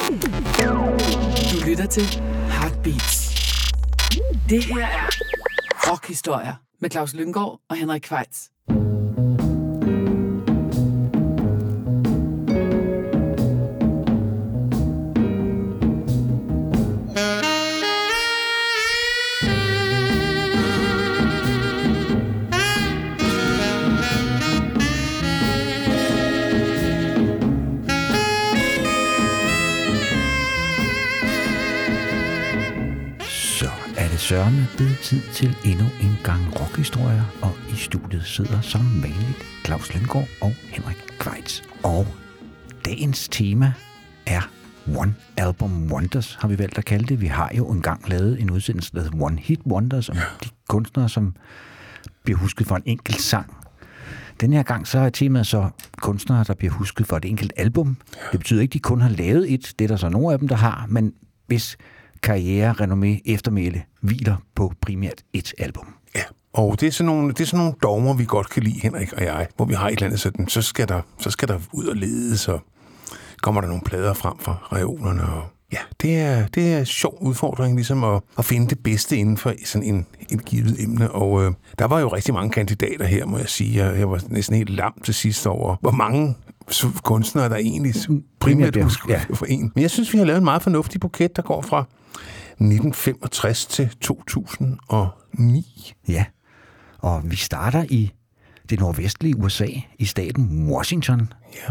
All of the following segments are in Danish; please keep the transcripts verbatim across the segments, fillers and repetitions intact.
Du lytter til Heartbeats. Det her er Rockhistorier med Claus Lynggaard og Henrik Kvejts. Sørme blevet tid til endnu en gang rockhistorier, og i studiet sidder som vanligt Claus Lynggaard og Henrik Kvejts. Og dagens tema er One Album Wonders, har vi valgt at kalde det. Vi har jo engang lavet en udsendelse, der hedder One Hit Wonders, om de kunstnere, som bliver husket for en enkelt sang. Den her gang så er temaet så kunstnere, der bliver husket for et enkelt album. Det betyder ikke, at de kun har lavet et, det er der så nogle af dem, der har, men hvis karriere, renommé, eftermæle hviler på primært et album. Ja, og det er sådan nogle, det er sådan nogle dogmer, vi godt kan lide, Henrik og jeg, hvor vi har et eller andet sådan, så skal der, så skal der ud og ledes, og kommer der nogle plader frem fra reolerne, og ja, det er, det er en sjov udfordring, ligesom at, at finde det bedste inden for sådan en, en givet emne, og øh, der var jo rigtig mange kandidater her, må jeg sige. Jeg, jeg var næsten helt lam til sidst over, hvor mange kunstnere, der egentlig primært husker ja. for en. Men jeg synes, vi har lavet en meget fornuftig buket, der går fra nitten femogtres til to tusind og ni. Ja, og vi starter i det nordvestlige U S A, i staten Washington, ja.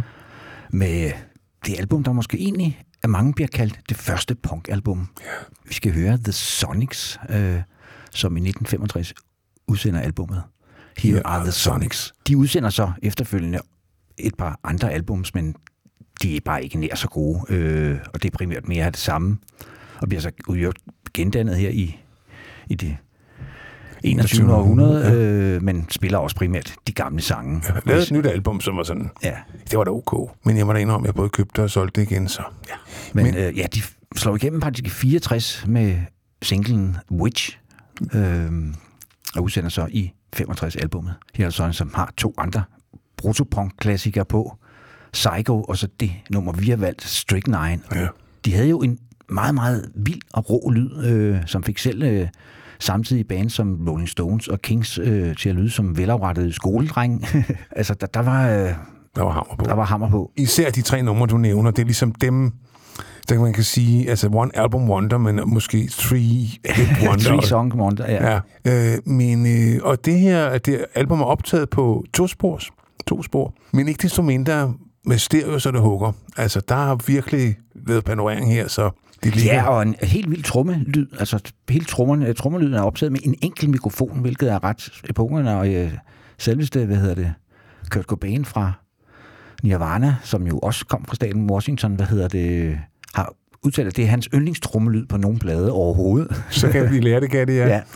med det album, der måske egentlig af mange bliver kaldt det første punkalbum. Ja. Vi skal høre The Sonics, øh, som i nitten femogtres udsender albummet Here, Here Are The Sonics. De udsender så efterfølgende et par andre albums, men de er bare ikke nær så gode, øh, og det er primært mere af det samme, og bliver så udgjort gendannet her i, i det enogtyvende århundrede, ja. øh, men spiller også primært de gamle sange. Jeg lavede et nyt album, som var sådan, ja. det var da ok, men jeg må da indrømme, at jeg både købte og solgte det igen, så ja. Men, men øh, ja, de slår igennem faktisk i fireogtres med singlen Witch, øh, og udsender så i femogtres albummet. Her er sådan, som har to andre protopunk-klassikere på, Psycho, og så det nummer, vi har valgt, Strychnine. Ja. De havde jo en meget, meget vild og rå lyd, øh, som fik selv øh, samtidig bands som Rolling Stones og Kings øh, til at lyde som velafrettede skoledreng. altså, der, der var... Øh, der var hammer på. Der var hammer på. Især de tre numre, du nævner, det er ligesom dem, der man kan sige, altså One Album Wonder, men måske Three Hit Wonder. Three Song Wonder, ja. ja. Øh, men, øh, og det her, det album er optaget på to spor, to spor, men ikke desto mindre med stereo, så det hugger. Altså, der har virkelig været panorering her, så det ligger... Ja, og en helt vild trommelyd. Altså, hele trommerne, trommelyden er optaget med en enkelt mikrofon, hvilket er ret epokerne, og øh, selveste, hvad hedder det, Kurt Cobain fra Nirvana, som jo også kom fra staten Washington, hvad hedder det, har udtalt, at det er hans yndlingstrommelyd på nogen plade overhovedet. Så kan vi lære det, kan det, ja. ja.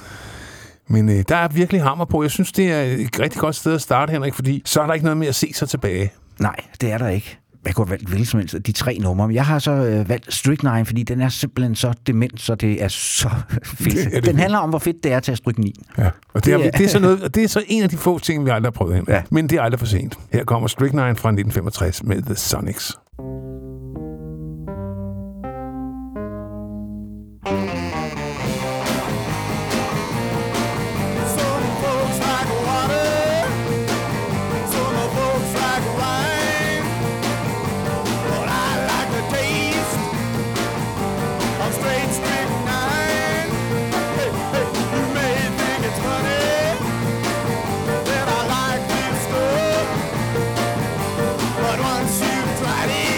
Men øh, der er virkelig hammer på. Jeg synes, det er et rigtig godt sted at starte, Henrik, fordi så er der ikke noget med at se sig tilbage. Nej, det er der ikke. Jeg kunne have valgt hvilket som helst de tre numre, men jeg har så øh, valgt Strychnine, fordi den er simpelthen så dement, så det er så fedt. Det er det. Den handler om, hvor fedt det er til at strychnine. Ja, og det, det, er, det, er så noget, det er så en af de få ting, vi aldrig har prøvet hen. Ja. Men det er aldrig for sent. Her kommer Strychnine fra nitten femogtres med The Sonics. But once you've tried it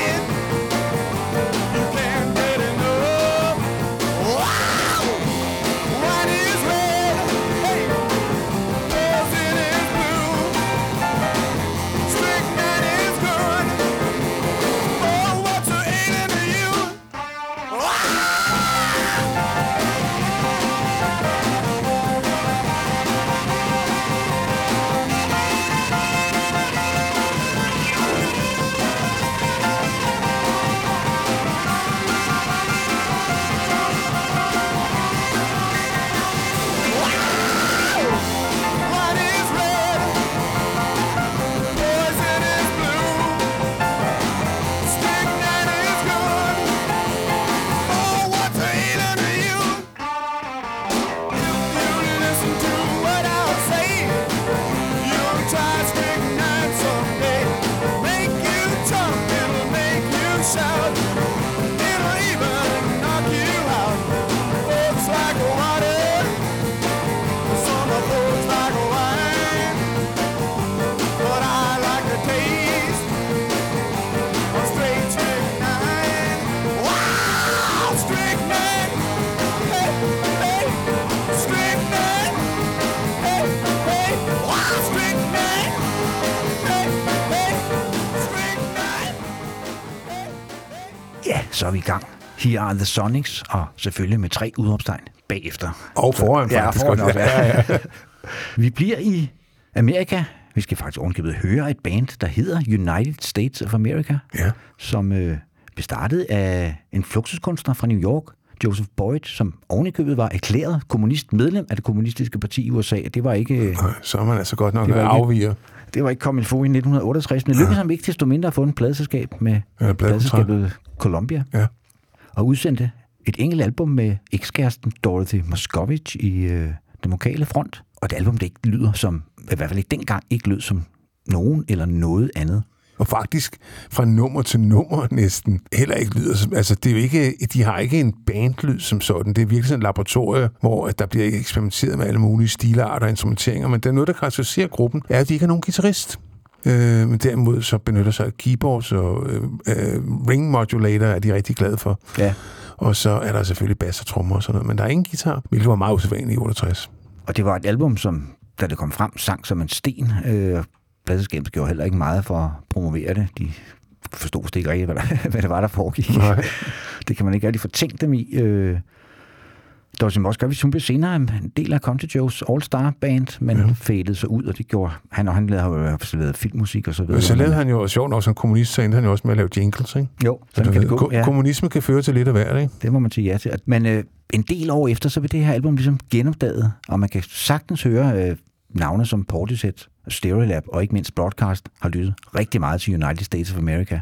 Så er vi i gang. Here are the Sonics, og selvfølgelig med tre udråbstegn bagefter. Og foran, ja, faktisk. Foran også, ja, ja. Vi bliver i Amerika. Vi skal faktisk ordentligt høre et band, der hedder United States of America, ja. som øh, blev startet af en fluxuskunstner fra New York, Joseph Boyd, som ovenikøbet var erklæret kommunist, medlem af det kommunistiske parti i U S A. Det var ikke... Øh, så er man altså godt nok afviger. Det var ikke kommet få i nitten otteogtres, men det lykkedes ham ikke desto mindre at få en pladeselskab med ja, pladeselskabet Columbia, ja. Og udsendte et enkelt album med ekskæresten Dorothy Moscovich i øh, den vokale front. Og det album, det ikke lyder som, i hvert fald ikke dengang, ikke lød som nogen eller noget andet. Og faktisk fra nummer til nummer næsten heller ikke lyder som... Altså, det er jo ikke, de har ikke en bandlyd som sådan. Det er virkelig sådan et laboratorium, hvor der bliver eksperimenteret med alle mulige stilarter og instrumenteringer. Men det er noget, der karakteriserer gruppen, er, at de ikke har nogen guitarist. Øh, men derimod så benytter sig af keyboards og øh, øh, ring modulator er de rigtig glade for. Ja. Og så er der selvfølgelig bass og trommer og sådan noget. Men der er ingen guitar, hvilket var meget usædvanligt i otteogtres. Og det var et album, som, da det kom frem, sang som en sten. Øh, Pladeselskabet gjorde heller ikke meget for at promovere det. De forstod ikke rigtigt, hvad, der, hvad det var, der foregik. Nej. Det kan man ikke rigtig fortænke dem i. Øh, Dorothy Moscovich, hun blev senere en del af Country Joe's All-Star-band, men ja. Fadede så ud, og det gjorde han, og han lavede, lavede filmmusik og så videre. Så lavede han jo, sjovt nok som kommunist, så endte han jo også med at lave jingles, ikke? Jo, sådan kan det gå. Ja. Kommunisme kan føre til lidt af hvert, ikke? Det må man sige ja til. Men øh, en del år efter, så blev det her album ligesom genopdaget, og man kan sagtens høre øh, navne som Portishead, Stereolab og ikke mindst Broadcast har lyttet rigtig meget til United States of America.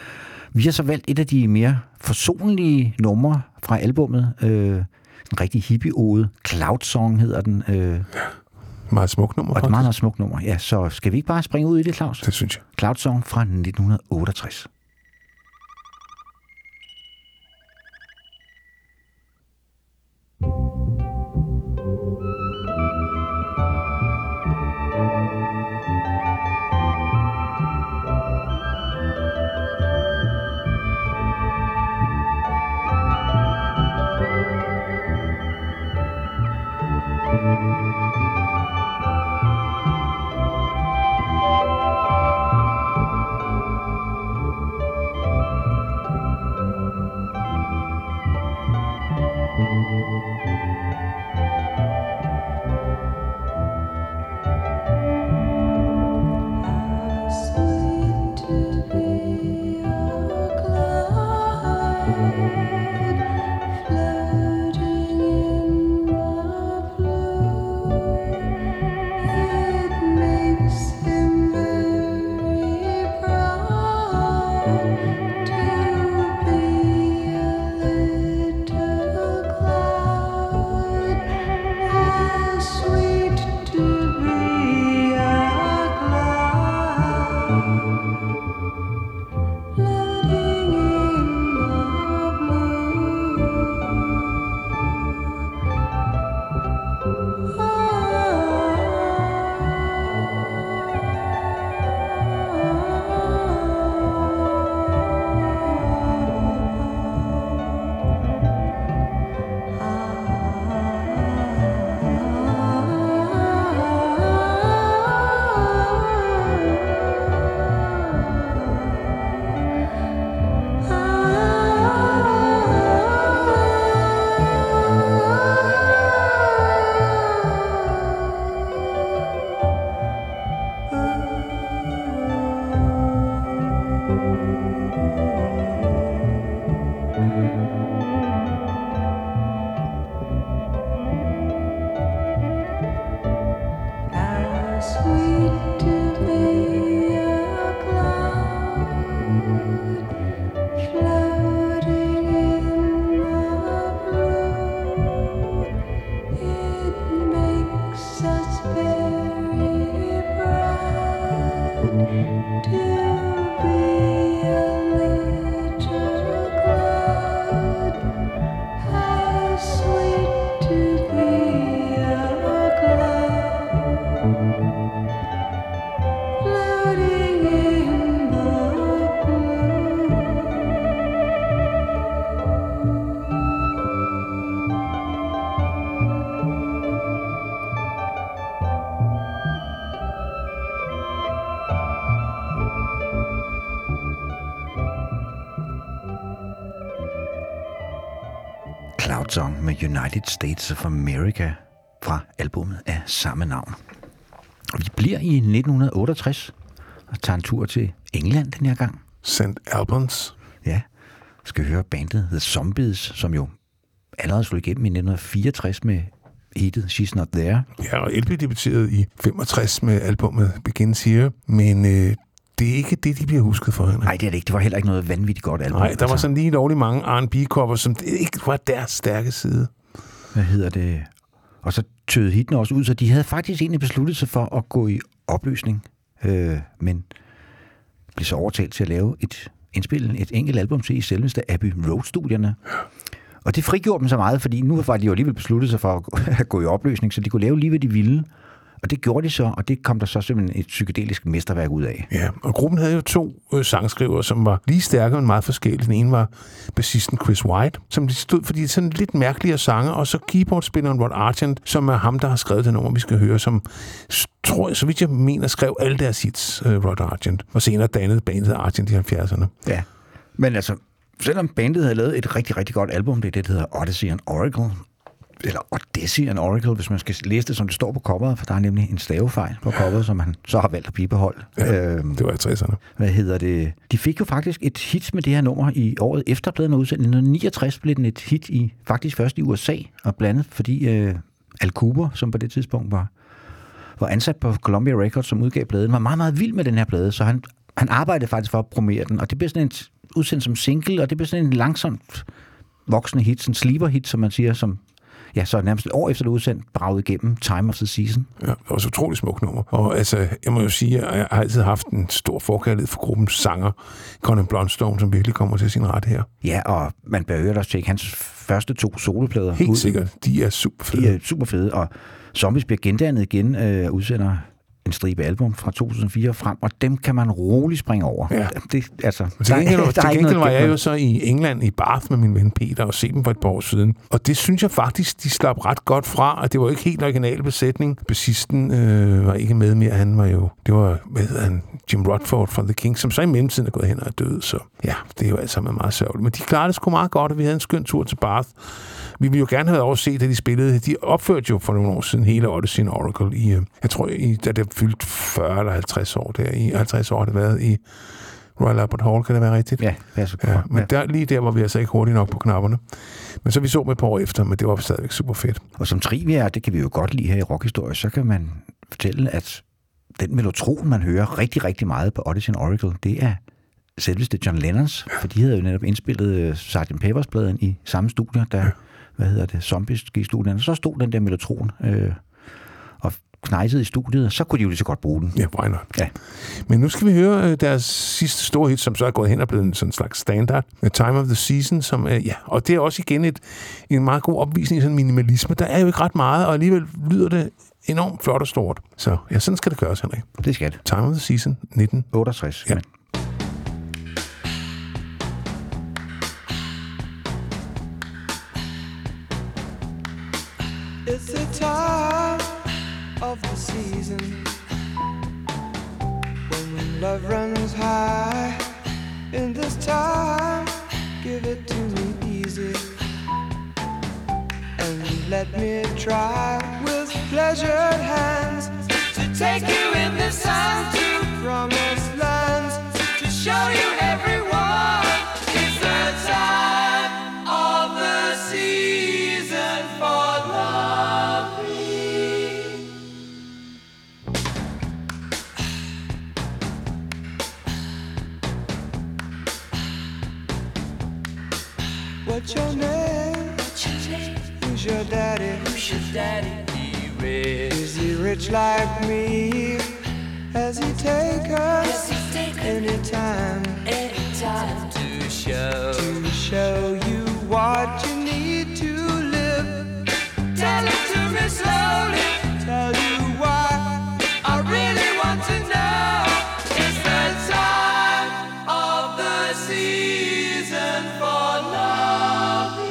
Vi har så valgt et af de mere forsonlige numre fra albummet, øh, en rigtig hippie-ode, Cloud Song hedder den. Øh, ja, meget smuk nummer. Og et meget, meget smuk nummer, ja. Så skal vi ikke bare springe ud i det, Claus? Det synes jeg. Cloud Song fra nitten otteogtres. Floating in the blue. Cloud Song med United States of America fra albumet af samme navn. Og vi bliver i nitten otteogtres og tager en tur til England den her gang. Saint Albans. Ja, skal høre bandet The Zombies, som jo allerede slog igennem i nitten fireogtres med hittet She's Not There. Ja, og L P debuterede i femogtres med albumet Begins Here, men øh, det er ikke det, de bliver husket for. Nej, det er det ikke. Det var heller ikke noget vanvittigt godt album. Nej, der var sådan lige lovligt mange R and B-cover, som ikke var deres stærke side. Hvad hedder det? Og så tøede hitene også ud, så de havde faktisk egentlig besluttet sig for at gå i opløsning, øh, men blev så overtalt til at lave et indspille et enkelt album til i selveste Abbey Road-studierne. Og det frigjorde dem så meget, fordi nu var de jo alligevel besluttet sig for at gå i opløsning, så de kunne lave lige, hvad de ville. Og det gjorde de så, og det kom der så simpelthen et psykedelisk mesterværk ud af. Ja, og gruppen havde jo to øh, sangskrivere, som var lige stærke, men meget forskellige. Den ene var bassisten Chris White, som de stod for de sådan lidt mærkeligere sange, og så keyboardspilleren Rod Argent, som er ham, der har skrevet det nummer, vi skal høre, som tror jeg, så vidt jeg mener, skrev alle deres hits, øh, Rod Argent, og senere dannede bandet Argent i halvfjerdserne. Ja, men altså, selvom bandet havde lavet et rigtig, rigtig godt album, det er det, der hedder Odyssey and Oracle, eller Odyssey and Oracle, hvis man skal læse det, som det står på coveret, for der er nemlig en stavefejl på coveret, som man så har valgt at bibeholde. Ja, øhm, det var i tresserne. Hvad hedder det? De fik jo faktisk et hit med det her nummer i året efter pladen er udsendt. I nitten niogtres blev den et hit i, faktisk først i U S A, og blandet fordi øh, Al Cooper, som på det tidspunkt var, var ansat på Columbia Records, som udgav pladen, var meget, meget vild med den her plade, så han, han arbejdede faktisk for at promovere den, og det blev sådan en udsendt som single, og det blev sådan en langsomt voksende hit, sådan en sleeper hit, som man siger, som ja, så nærmest et år efter det udsendt, braget igennem Time of the Season. Ja, det var så utroligt smukt nummer. Og altså, jeg må jo sige, at jeg har altid haft en stor forkærlighed for gruppens sanger, Conan Blunstone, som virkelig kommer til sin ret her. Ja, og man bør høre også tjekke hans første to soloplader. Helt ud. sikkert. De er super fede. De er super fede, og Zombies bliver gendannet igen og øh, udsender en stribe album fra to tusind og fire frem, og dem kan man roligt springe over. Ja. Det, altså, til gengæld, der, der til gengæld var jeg jo så i England, i Bath med min ven Peter, og se dem for et par år siden. Og det synes jeg faktisk, de slap ret godt fra, og det var jo ikke helt original besætning. Bassisten øh, var ikke med mere. Han var jo, det var, hvad hedder han, Jim Rodford fra The Kinks, som så i mellemtiden er gået hen og er død. Så ja, det er jo alt sammen meget sørgeligt. Men de klarede det sgu meget godt, og vi havde en skøn tur til Bath. Vi ville jo gerne have overset, da de spillede. De opførte jo for nogle år siden hele Odyssey and Oracle i, jeg tror, i, da det fyldt fyrre eller halvtreds år der. I halvtreds år har det været i Royal Albert Hall, kan det være rigtigt? Ja, det er så ja, men ja. Der, lige der var vi altså ikke hurtigt nok på knapperne. Men så vi så med et par år efter, men det var stadigvæk super fedt. Og som trivia, det kan vi jo godt lide her i Rockhistorie, så kan man fortælle, at den melotron, man hører rigtig, rigtig meget på Odyssey and Oracle, det er selveste John Lennons, for de havde jo netop indspillet sergeant Pepper's-pladen i samme studie, der, ja. hvad hedder det, Zombies gik i studierne. Så stod den der melotron øh, og knejsede i studiet, så kunne de jo lige så godt bruge den. Ja, why not? Ja. Men nu skal vi høre deres sidste store hit, som så er gået hen og blevet en sådan slags standard, Time of the Season, som er, ja, og det er også igen et, en meget god opvisning i sådan minimalisme. Der er jo ikke ret meget, og alligevel lyder det enormt flot og stort. Så ja, sådan skal det gøres, Henrik. Det skal det. Time of the Season, nitten otteogtres. Ja. It's the time of the season when love runs high. In this time, give it to me easy and let me try with pleasured hands to take you in the sun to promised lands, to show you everyone. It's the time of the season for loving. What's your name? What's your name? Who's your daddy? Who's your daddy? He rich. Is he rich like me? Has he take us anytime? Anytime to show to show you what you need to live. Tell it to me slowly. Tell you why I really want to know. It's the time of the season for loving.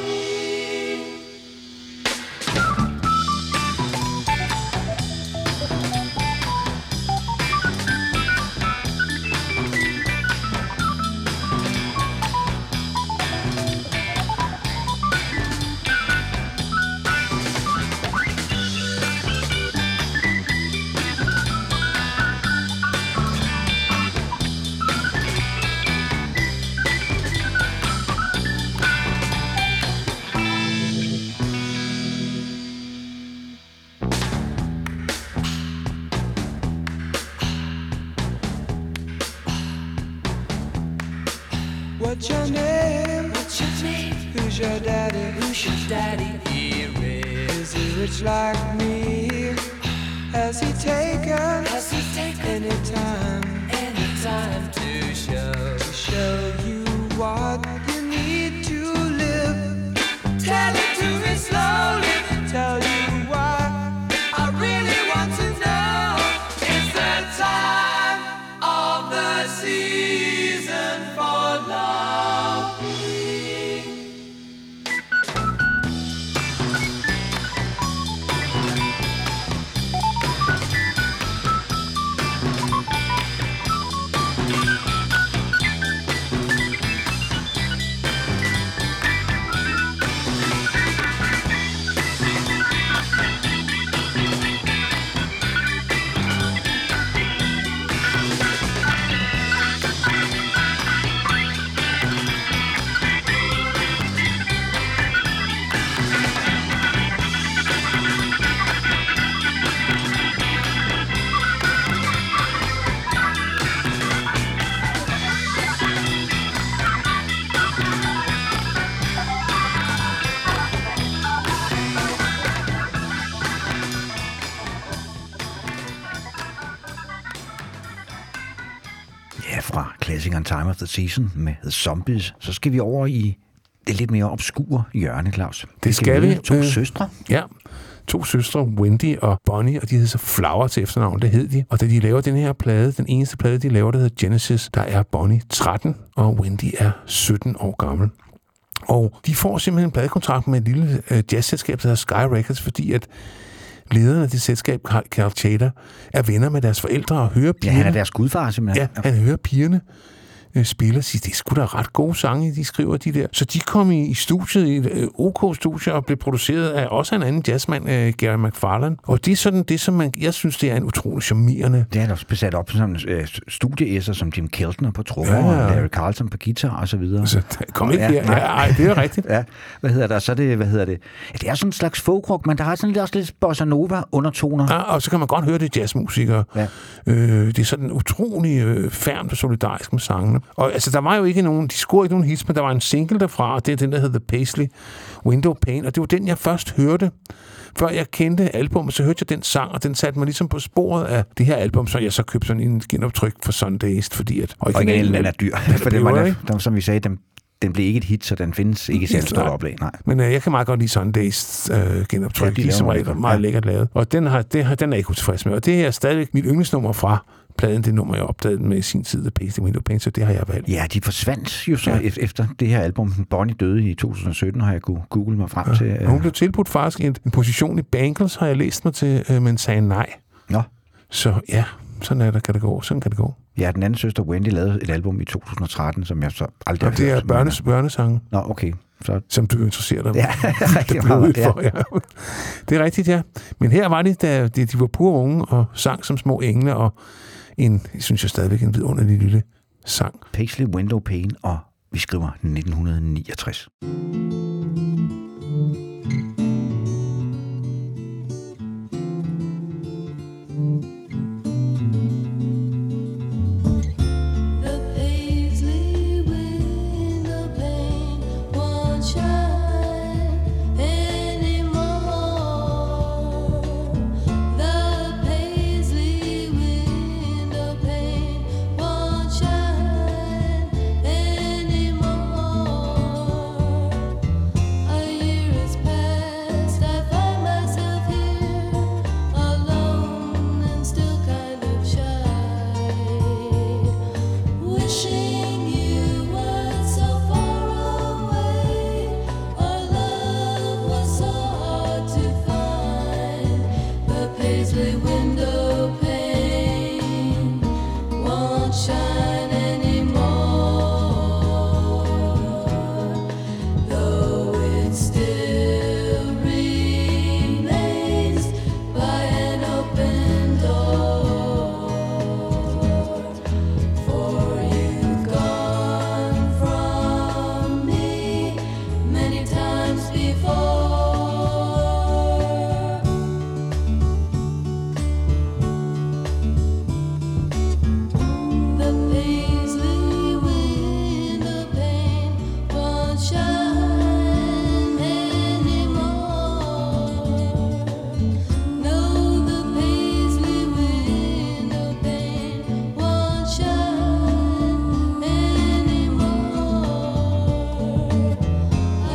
Who's your daddy? Who's your daddy? He rich. Is he rich like me? Has he taken? Has he taken any time? Any time to show? To show you what you need to live. Tell it to me slowly. Tell you why I really want to know. It's the time of the season for love. Fra klassikeren Time of the Season med The Zombies, så skal vi over i det lidt mere obskure hjørne, Claus. Det skal vi. To øh, søstre. Ja, to søstre, Wendy og Bonnie, og de hedder så Flower til efternavn, det hed de. Og da de laver den her plade, den eneste plade, de laver, der hedder Genesis, der er Bonnie tretten, og Wendy er sytten år gammel. Og de får simpelthen en pladekontrakt med et lille øh, jazzselskab, der hedder Sky Records, fordi at lederen af det selskab, Carl Chater, er venner med deres forældre og hører pigerne. Ja, han er deres gudfar simpelthen. Ja, han hører pigerne øh, spille og siger, det er sgu da ret gode sange, de skriver de der. Så de kom i, i studiet, i et øh, OK-studie, og blev produceret af også en anden jazzmand, øh, Gary McFarlane. Og det er sådan det, som man, jeg synes, det er en utrolig charmerende. Det er også besat op som øh, studieesser, som Jim Keltner på trommer, ja, ja. Og Larry Carlton på guitar og så videre. Så kom ikke ja, her. Ja, ej, det er rigtigt. Ja, hvad hedder der? Så er det, hvad hedder det? Ja, det er sådan en slags folkrock, men der har sådan lidt, også lidt bossa nova undertoner. Ja, og så kan man godt høre det jazzmusikere. Ja. Øh, det er sådan utrolig øh, færmt og solidarisk med sangene. Og altså, der var jo ikke nogen, de scorede ikke nogen hits, men der var en single derfra, og det er den, der hedder The Paisley Window Pane, og det var den, jeg først hørte. Før jeg kendte albumet, så hørte jeg den sang, og den satte mig ligesom på sporet af det her album, så jeg så købte sådan en genoptryk for Sundays, fordi at originalen er dyr. For det var der, som vi sagde, den, den blev ikke et hit, så den findes ikke selv stort oplag. Nej. Men øh, jeg kan meget godt lide Sundays øh, genoptryk, ja, de, de som er meget ja. lækkert lavet. Og den har, det har, den er jeg ikke utilfreds med, og det er stadigvæk mit yndlingsnummer fra pladen, det nummer, jeg opdagede med i sin tid, The Paisley Window Pane, så det har jeg valgt. Ja, de forsvandt jo så ja. efter det her album. Bonnie døde i to tusind og sytten, har jeg kunne google mig frem ja. til. Uh... Hun blev tilbudt faktisk en, en position i Bangles, har jeg læst mig til, øh, men sagde nej. Nå. Så ja, sådan er det, kan det gå. Sådan kan det gå. Ja, den anden søster Wendy lavede et album i to tusind og tretten, som jeg så aldrig har hørt. Det er børnes, børnesange. Nå, okay. Så... Som du interesserer dig ja, det meget, for, ja. Det er rigtigt, ja. Men her var det, da de, de var pure unge og sang som små engle, og en, synes jeg stadigvæk, en vidunderlig lille sang. Paisley Window Pane, og vi skriver nitten niogtres.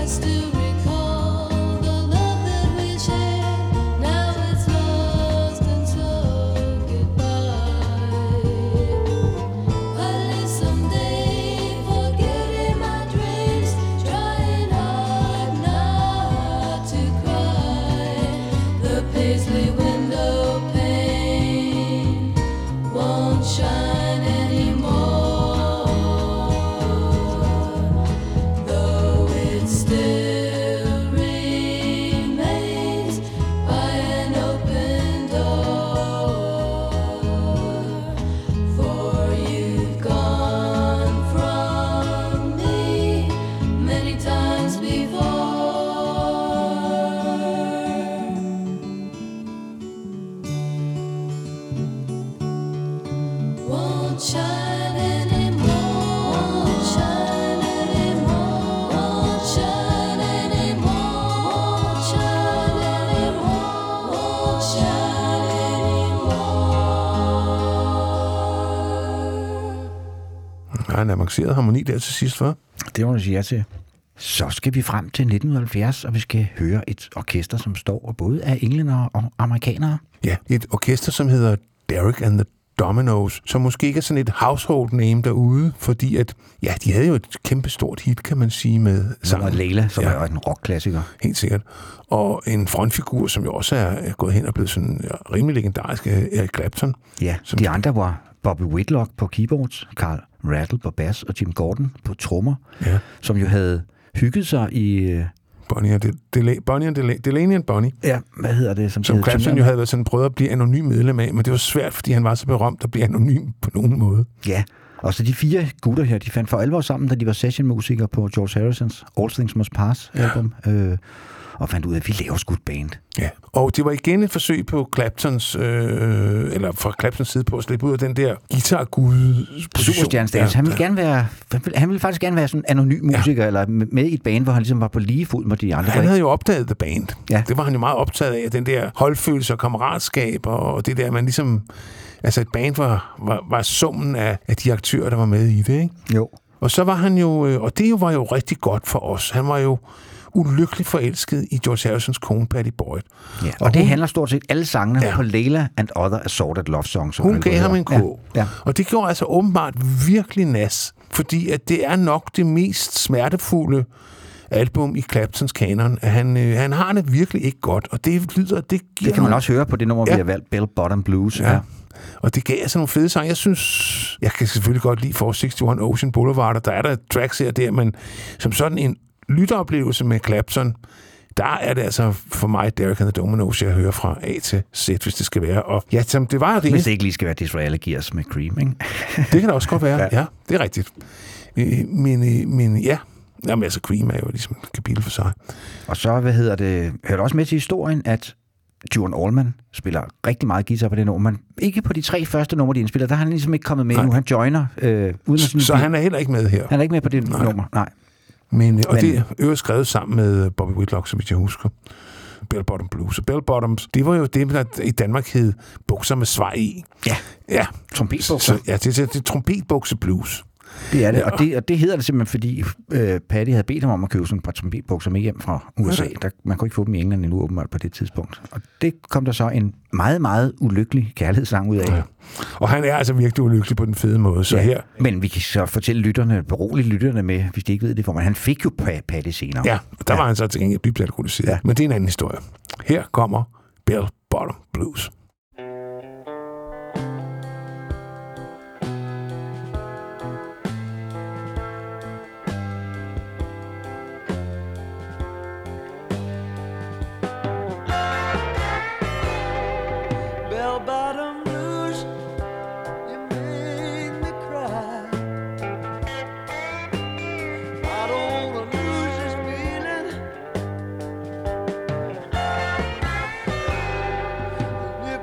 En avanceret harmoni der til sidst, hva'? Det må du sige ja til. Så skal vi frem til nitten halvfjerds, og vi skal høre et orkester, som står både af englændere og amerikanere. Ja, et orkester, som hedder Derek and the Dominos, som måske ikke er sådan et household name derude, fordi at, ja, de havde jo et kæmpestort hit, kan man sige, med sangen Leila, som ja. er en rockklassiker. Helt sikkert. Og en frontfigur, som jo også er gået hen og blevet sådan ja, rimelig legendarisk, Eric Clapton. Ja, som de andre var Bobby Whitlock på keyboards, Carl Rattle på bass og Jim Gordon på trommer, ja. som jo havde hygget sig i... Bonnie og, Del- Bonnie og Del- Delaney and Bonnie. Ja, hvad hedder det? Som, som det Clapton jo havde været sådan prøvet at blive anonym medlem af, men det var svært, fordi han var så berømt at blive anonym på nogen måde. Ja, og så de fire gutter her, de fandt for alvor sammen, da de var sessionmusikere på George Harrisons All Things Must Pass album, ja. øh, og fandt ud af, at vi laver sgu et band. Ja, og det var igen et forsøg på Claptons, øh, eller fra Claptons side på at slippe ud af den der guitar-gud superstjernestatus. Ja, han ville gerne være, han ville, han ville faktisk gerne være sådan en anonym musiker, ja. eller med i et band, hvor han ligesom var på lige fod med de andre. Han havde jo opdaget The Band. Ja. Det var han jo meget optaget af, den der holdfølelse og kammeratskab, og det der, man ligesom, altså et band var, var, var summen af, af de aktører, der var med i det, ikke? Jo. Og så var han jo, og det jo var jo rigtig godt for os. Han var jo ulykkelig forelsket i George Harrisons kone, Pattie Boyd. Ja, og, og det hun, handler stort set alle sangene ja. på Leila and Other Assorted Love Songs. Hun gav ham en kog. Ja. Ja. Og det gjorde altså åbenbart virkelig nas, fordi at det er nok det mest smertefulde album i Claptons kanon. Han, øh, han har det virkelig ikke godt, og det lyder... Det, giver det kan man nogle... også høre på det nummer, ja. vi har valgt, Bell Bottom Blues. Ja. ja. Og det gav altså nogle fede sange. Jeg synes, jeg kan selvfølgelig godt lide for seksogtres Ocean Boulevard, og der er der tracks her der, men som sådan en lytteoplevelse med Clapton, der er det altså for mig Derek and the Dominos, jeg hører fra A til Z, hvis det skal være. Og ja, det var det. Hvis det ikke lige skal være Disraeli Gears med Cream, ikke? Det kan da også godt være, ja. ja, det er rigtigt. Men, men ja, jamen altså Cream er jo ligesom et kapitel for sig. Og så, hvad hedder det, hører også med til historien, at Duane Allman spiller rigtig meget guitar på det nummer, men ikke på de tre første numre, de indspiller. Der har han ligesom ikke kommet med nej. nu. Han joiner. Øh, uden så så han er heller ikke med her? Han er ikke med på det nej. nummer, nej. Men, og men, det er jo skrevet sammen med Bobby Whitlock, som jeg husker. Bell Bottom Blues. Og Bell Bottoms, det var jo det, der i Danmark hed bukser med svej i. Ja, ja. trompetbukser. Ja, det er, det er trompetbukse blues. Det er det, og det, og det hedder det simpelthen, fordi øh, Patty havde bedt ham om at købe sådan et par trompetbukser med hjem fra U S A. Der, man kunne ikke få dem i England endnu åbenbart på det tidspunkt. Og det kom der så en meget, meget ulykkelig kærlighedssang ud af. Ja. Og han er altså virkelig ulykkelig på den fede måde. Så ja, her... Men vi kan så fortælle lytterne, berolige lytterne med, hvis de ikke ved det, for man. Han fik jo Patty senere. Ja, der ja. var han så til gengæld biblet alkoholiseret. Ja. Men det er en anden historie. Her kommer Bell Bottom Blues. If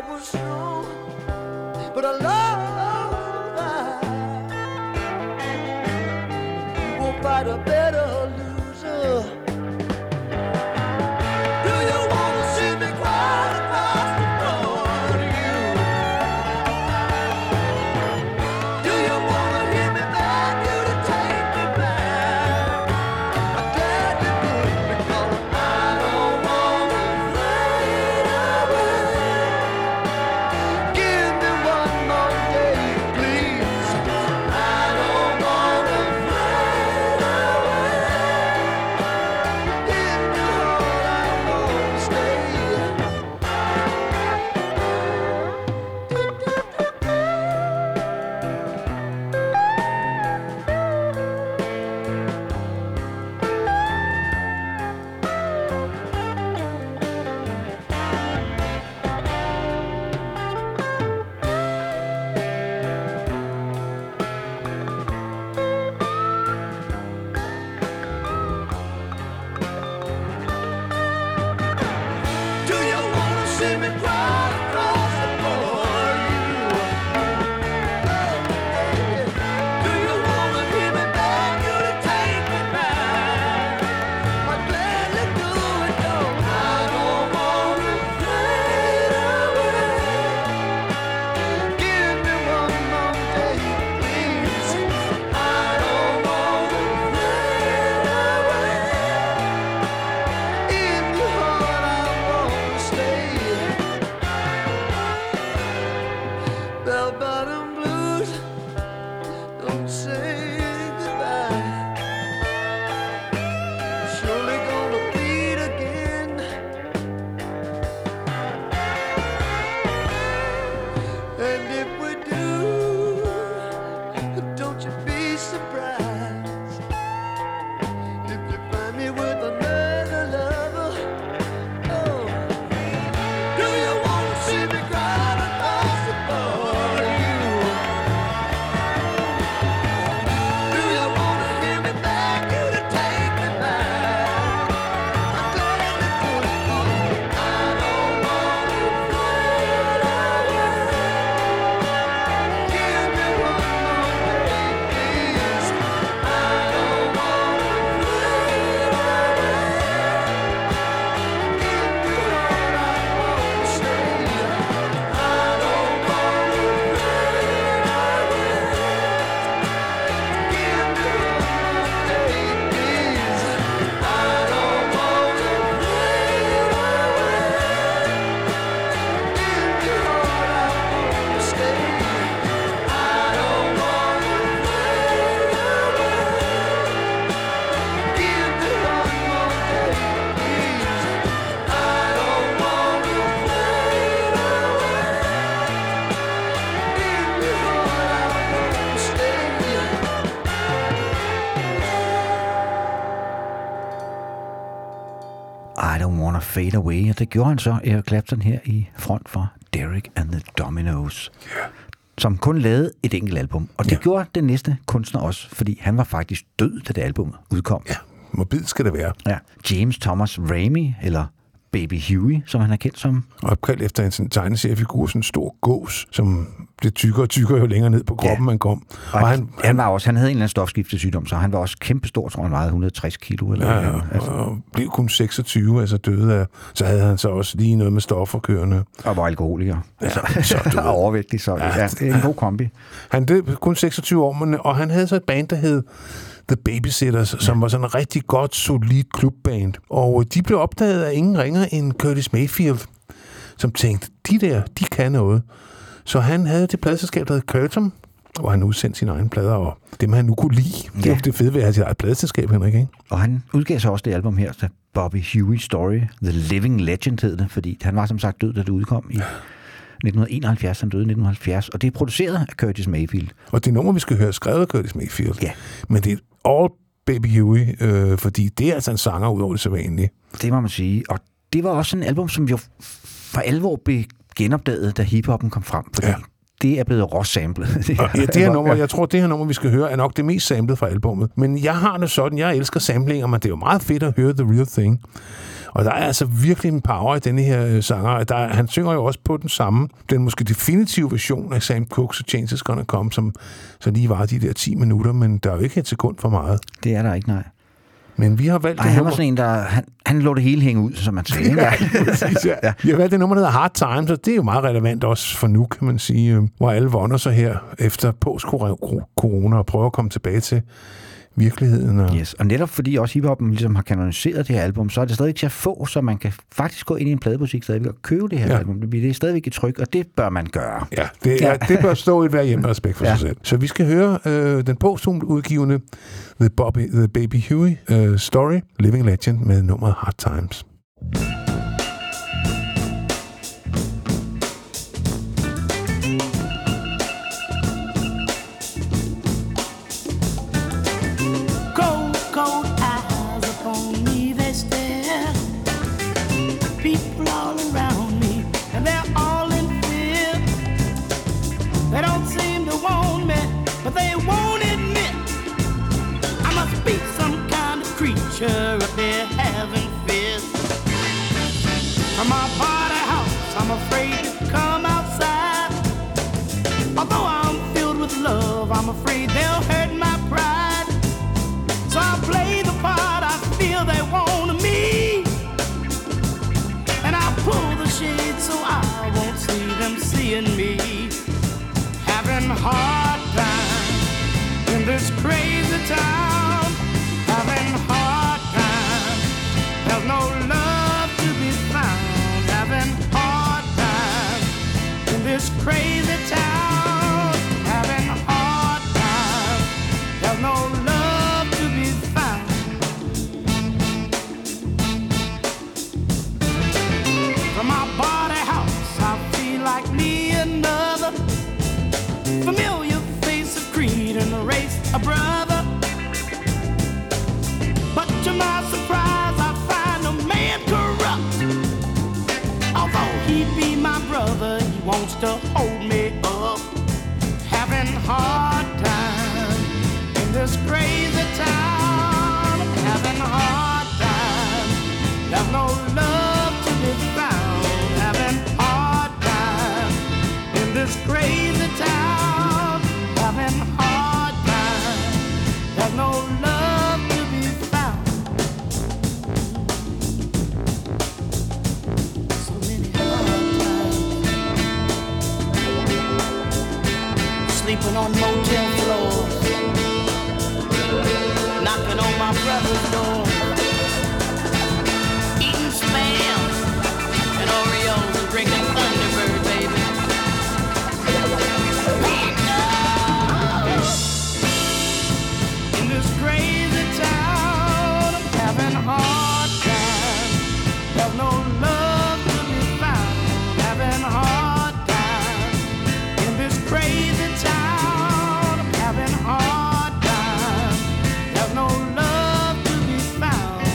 was strong, but I love that. You won't fight a better loser. Do you want to see me cry across the floor to you? Do you want to hear me beg you to take me back? I'm glad you did, because I don't want to fade away. Give me one more day, please. I don't want to fade away. In your heart I want to stay. Do you want to see me cry across the floor? You, do you want to hear me beg you to take me back? I'd gladly do it, though I don't want to fade away. Give me one more day, please. I don't want to fade away. In your heart I want to stay. Bell bottom blues, don't say goodbye. Surely gonna bleed again. And if we do, don't you be surprised if you find me with another lover. Oh, do you want to see me cry across the floor? You, do you want to hear me beg you to take me back? I'm glad to do it, though I don't want to fade away. Give me one more day, please. I don't want to fade away. In your heart I want to stay. I don't want to fade away. Give me one more day, please. I don't want to fade away. In your heart I want to stay. I don't want to fade away. Give me one more day, please. I don't want to fade away. In your heart I want to stay. I Don't Wanna Fade Away, og det gjorde han så, Eric Clapton, her i front for Derek and the Dominos, Ja. som kun lavede et enkelt album. Og det Ja. gjorde den næste kunstner også, fordi han var faktisk død, da det album udkom. Ja, mobil skal det være. Ja. James Thomas Ramey, eller Baby Huey, som han er kendt som. Opkaldt efter en sådan tegneseriefigur, sådan en stor gås, som blev tykkere og tykkere jo længere ned på kroppen Ja. man kom. Og, og han, han, var også, han havde en eller anden stofskiftesygdom, så han var også kæmpestor, tror jeg, han vejede et hundrede og tres kilo. Eller Ja, ja, altså. og blev kun seksogtyve, altså døde af. Så havde han så også lige noget med stoffer kørende. Og var alkoholiker. Ja, Altså, så du ved. og overvægtig, så ja, ja, det er en god kombi. Han døde kun seksogtyve år, men, og han havde så et band, der hed The Babysitters, som var sådan en rigtig godt, solid klubband. Og de blev opdaget af ingen ringer end Curtis Mayfield, som tænkte, de der, de kan noget. Så han havde det pladeselskab, der hed Curtom, hvor han udsendte sine egne plader, og dem han nu kunne lide. Det Ja. var det fede ved at have sit eget pladeselskab, Henrik, ikke? Og han udgav så også det album her, så Bobby Huey Story, The Living Legend hed det, fordi han var som sagt død, da det udkom i nitten enoghalvfjerds, han døde i nitten halvfjerds, og det er produceret af Curtis Mayfield. Og det nummer, vi skal høre, er skrevet af Curtis Mayfield. Ja. Men det er all Baby Huey, øh, fordi det er altså en sanger ud over det sædvanlige. Det må man sige, og det var også en album, som jo for alvor blev genopdaget, da hiphoppen kom frem, fordi Ja. det er blevet råsamlet. Det ja, det her nummer, jeg tror, det her nummer, vi skal høre, er nok det mest samlet fra albummet. Men jeg har det sådan, jeg elsker samlinger, men det er jo meget fedt at høre The Real Thing. Og der er altså virkelig en power i denne her sanger. Der, han synger jo også på den samme, den måske definitive version af Sam Cooke's Change Is Gonna Come, som så lige var de der ti minutter, men der er jo ikke et sekund for meget. Det er der ikke, nej. Men vi har valgt Ej, det han nummer... var sådan en, der... Han, han lå det hele hænge ud, som man siger. Ja, præcis, ja. Ja. Vi har valgt det nummer, der hedder Hard Times, og det er jo meget relevant også for nu, kan man sige, hvor alle vonder sig her efter post-corona og prøver at komme tilbage til virkeligheden. Og... Yes, og netop fordi også hiphoppen ligesom har kanoniseret det her album, så er det stadig til at få, så man kan faktisk gå ind i en pladebutik stadigvæk og købe det her ja. album. Det er stadigvæk et tryk, og det bør man gøre. Ja, det, er, ja. det bør stå i et hver hjemme respekt for ja. sig selv. Så vi skal høre øh, den posthumt udgivende The, Bobby, The Baby Huey uh, Story, Living Legend med nummeret Hard Times. Up there having fits from my party house, I'm afraid to come outside. Although I'm filled with love, I'm afraid they'll hurt my pride. So I play the part I feel they want of me, and I pull the shade so I won't see them seeing me. Having hard time in this crazy town, having hard no love to be found, having hard time in this crazy town, having hard time, there's no love to be found. From my body house, I feel like me another familiar face of creed and the race, a brother. But to my surprise, I he be my brother, he wants to hold me up. Having hard time in this crazy town, having hard time, there's no love to be found. Having hard time in this crazy town, having hard time, there's no love to be found. Sleeping on motel floors, knocking on my brother's door, eating Spam and Oreos and drinking Thunderbird, baby. In this crazy town, I'm having a hard time. There's no love to be found. Having a hard time in this crazy town. Having hard time, there's no love to be found.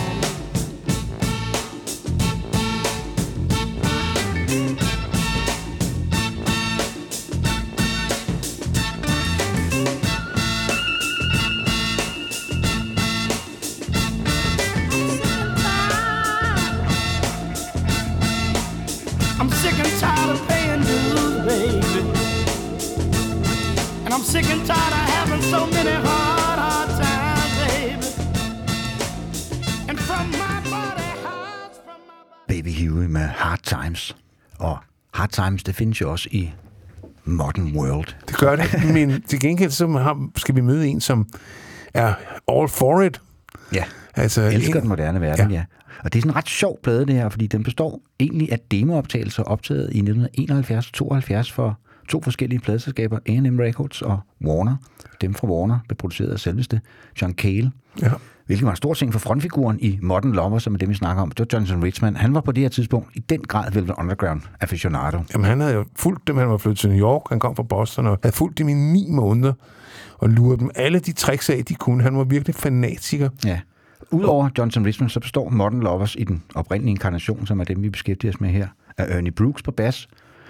I'm sick and tired of paying dues, baby. And I'm sick and tired of having so many hard, hard times, baby. And from my body, hearts from my body. Baby Huey med Hard Times. Og Hard Times, det findes jo også i Modern World. Det gør det, men til gengæld så har, skal vi møde en, som er all for it. Ja, altså, elsker en, den moderne verden, ja. ja. Og det er sådan en ret sjov plade, det her, fordi den består egentlig af demooptagelser optaget i nitten enoghalvfjerds og tooghalvfjerds for to forskellige pladeselskaber, A and M Records og Warner. Dem fra Warner blev produceret af selveste John Cale. Ja. Hvilket var en stor ting for frontfiguren i Modern Lover, som er det, vi snakker om. Det var Jonathan Richman. Han var på det her tidspunkt i den grad Velvet Underground aficionado. Jamen, han havde jo fulgt dem, han var flyttet til New York. Han kom fra Boston og havde fulgt dem i ni måneder og luret dem alle de tricks af, de kunne. Han var virkelig fanatiker. Ja. Udover Jonathan Richman, så består Modern Lovers i den oprindelige inkarnation, som er dem, vi beskæftiger os med her, af Ernie Brooks på bas,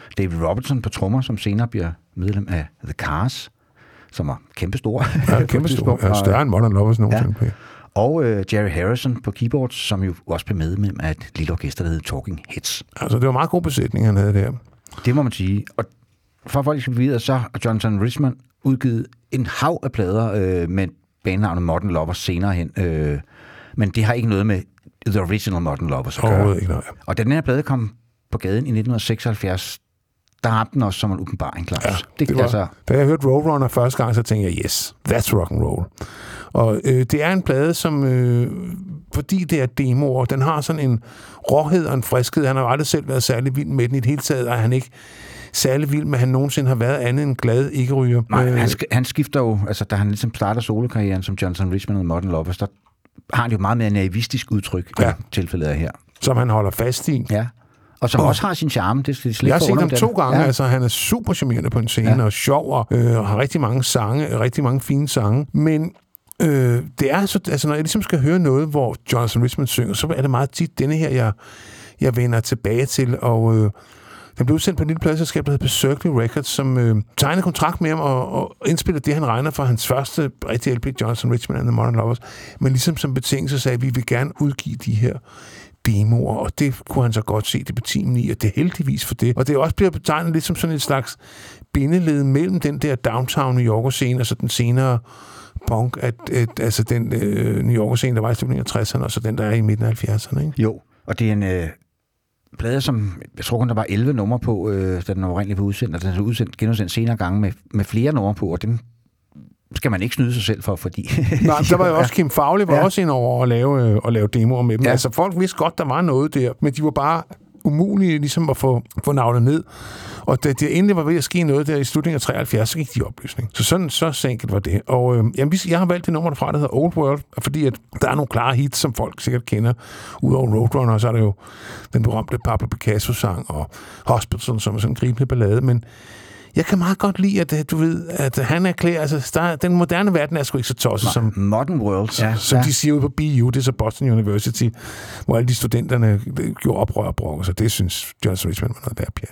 David Robertson på trommer, som senere bliver medlem af The Cars, som var kæmpestor. Ja, kæmpestor. Ja, større end Modern Lovers nogensinde. Ja. Og øh, Jerry Harrison på keyboards, som jo også blev medlem af et lille orkester, der hed Talking Heads. Altså, det var meget god besætning, han havde der. Det må man sige. Og for folk skal videre, så har Jonathan Richman udgivet en hav af plader øh, med bandnavnet Modern Lovers senere hen. Øh, men det har ikke noget med The Original Modern Lovers at gøre. Ikke, nej. Og da den her plade kom på gaden i nitten seksoghalvfjerds, der ramte den også som en åbenbaring, Claus. Ja, det, det var, altså... Da jeg hørte Roadrunner første gang, så tænkte jeg, yes, that's rock and roll. Og øh, det er en plade, som, øh, fordi det er demoer, den har sådan en råhed og en friskhed. Han har jo aldrig selv været særlig vild med den. I det hele taget er han ikke særlig vild med, at han nogensinde har været andet end glad ikke-ryger. Nej, han, sk- han skifter jo, altså da han ligesom starter solokarrieren som Jonathan Richman og Modern Lovers, der har han jo meget mere naivistisk udtryk, ja. I tilfældet her. Som han holder fast i. Ja. Og som oh. også har sin charme. Det er jeg har set ham to gange. Ja. Altså, han er super charmerende på en scene, ja. Og sjov, og øh, har rigtig mange sange, rigtig mange fine sange. Men øh, det er så, altså, når jeg ligesom skal høre noget, hvor Jonathan Richman synger, så er det meget tit denne her, jeg, jeg vender tilbage til. Og øh, den blev udsendt på en lille pladselskab, der hedder Berserkly Records, som øh, tegnede kontrakt med ham og, og indspillede det, han regner for hans første rigtige L P, Jonathan Richman and the Modern Lovers. Men ligesom som betingelse sagde, at vi vil gerne udgive de her demoer, og det kunne han så godt se det betimen i, og det er heldigvis for det. Og det også bliver betegnet lidt som sådan et slags bindeled mellem den der downtown New Yorker-scene, og så den senere punk, at, at, altså den øh, New Yorker-scene, der var i slutningen af tresserne, og så den, der er i midten af halvfjerdserne, ikke? Jo, og det er en øh, plade, som jeg tror kun, der var elleve numre på, øh, da den oprindeligt var udsendt, og den er udsendt, genudsendt senere gange med, med flere numre på, og dem skal man ikke snyde sig selv for, fordi... Nej, der var jo også Kim Fowley, var ja. også ind over at lave, øh, at lave demoer med dem. Ja. Altså, folk vidste godt, der var noget der, men de var bare umulige ligesom at få, få navnet ned. Og da det endelig var ved at ske noget der i slutningen af treoghalvfjerds, så gik de i opløsning. Så sådan, så enkelt var det. Og øh, jamen, jeg har valgt det nummer derfra, der hedder Old World, fordi at der er nogle klare hits, som folk sikkert kender. Udover Roadrunner, så er der jo den berømte Pablo Picasso-sang og Hospital, som er sådan en gribende ballade, men jeg kan meget godt lide, at du ved, at han erklærer, altså der, den moderne verden er sgu ikke så tosset som... Modern World, ja. Som ja. de siger ude på B U, det er så Boston University, hvor alle de studenterne gjorde oprør og brokker, så det synes Jonathan Richman var noget der pjat.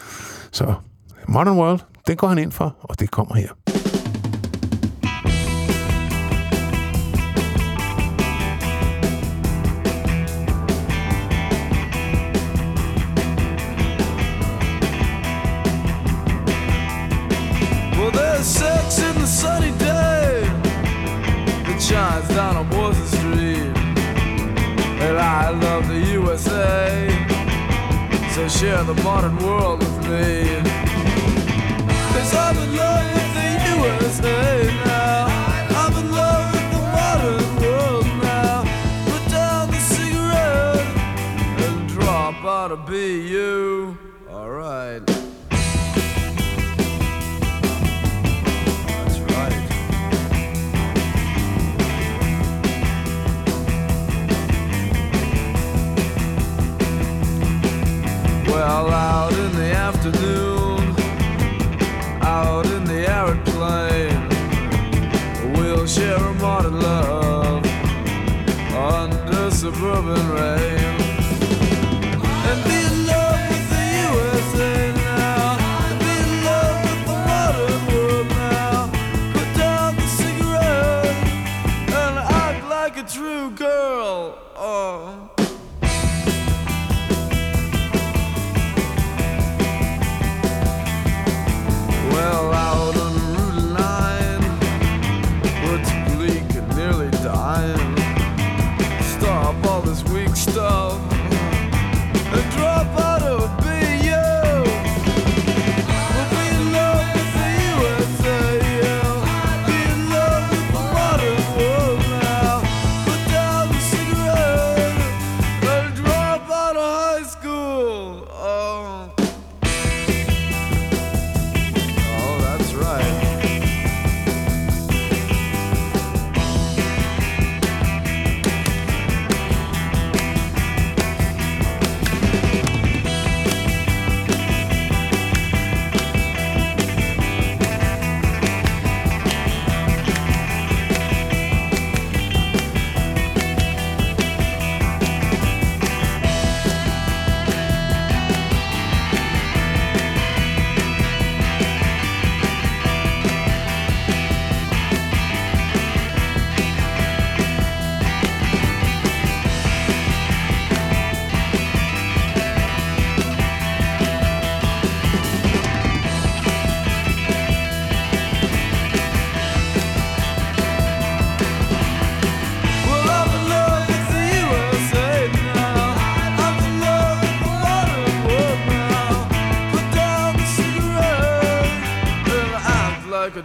Så Modern World, den går han ind for, og det kommer her. Sex in the sunny day that shines down on Warsaw Street. And I love the U S A, so share the modern world with me. 'Cause I'm in love with the U S A now. I'm in love with the modern world now. Put down the cigarette and drop out of B U. Alright. Well, out in the afternoon, out in the arid plain, we'll share a modern love under suburban rain. And be in love with the U S A now, and be in love with the modern world now. Put down the cigarette and act like a true girl. Oh. Well, out on Route nine, where it's bleak and nearly dying. Stop all this weak stuff and drop out of B U. We'll be in love with the U S A, yeah. Be in love with the modern world now. Put down the cigarette and drop out of high school. Oh.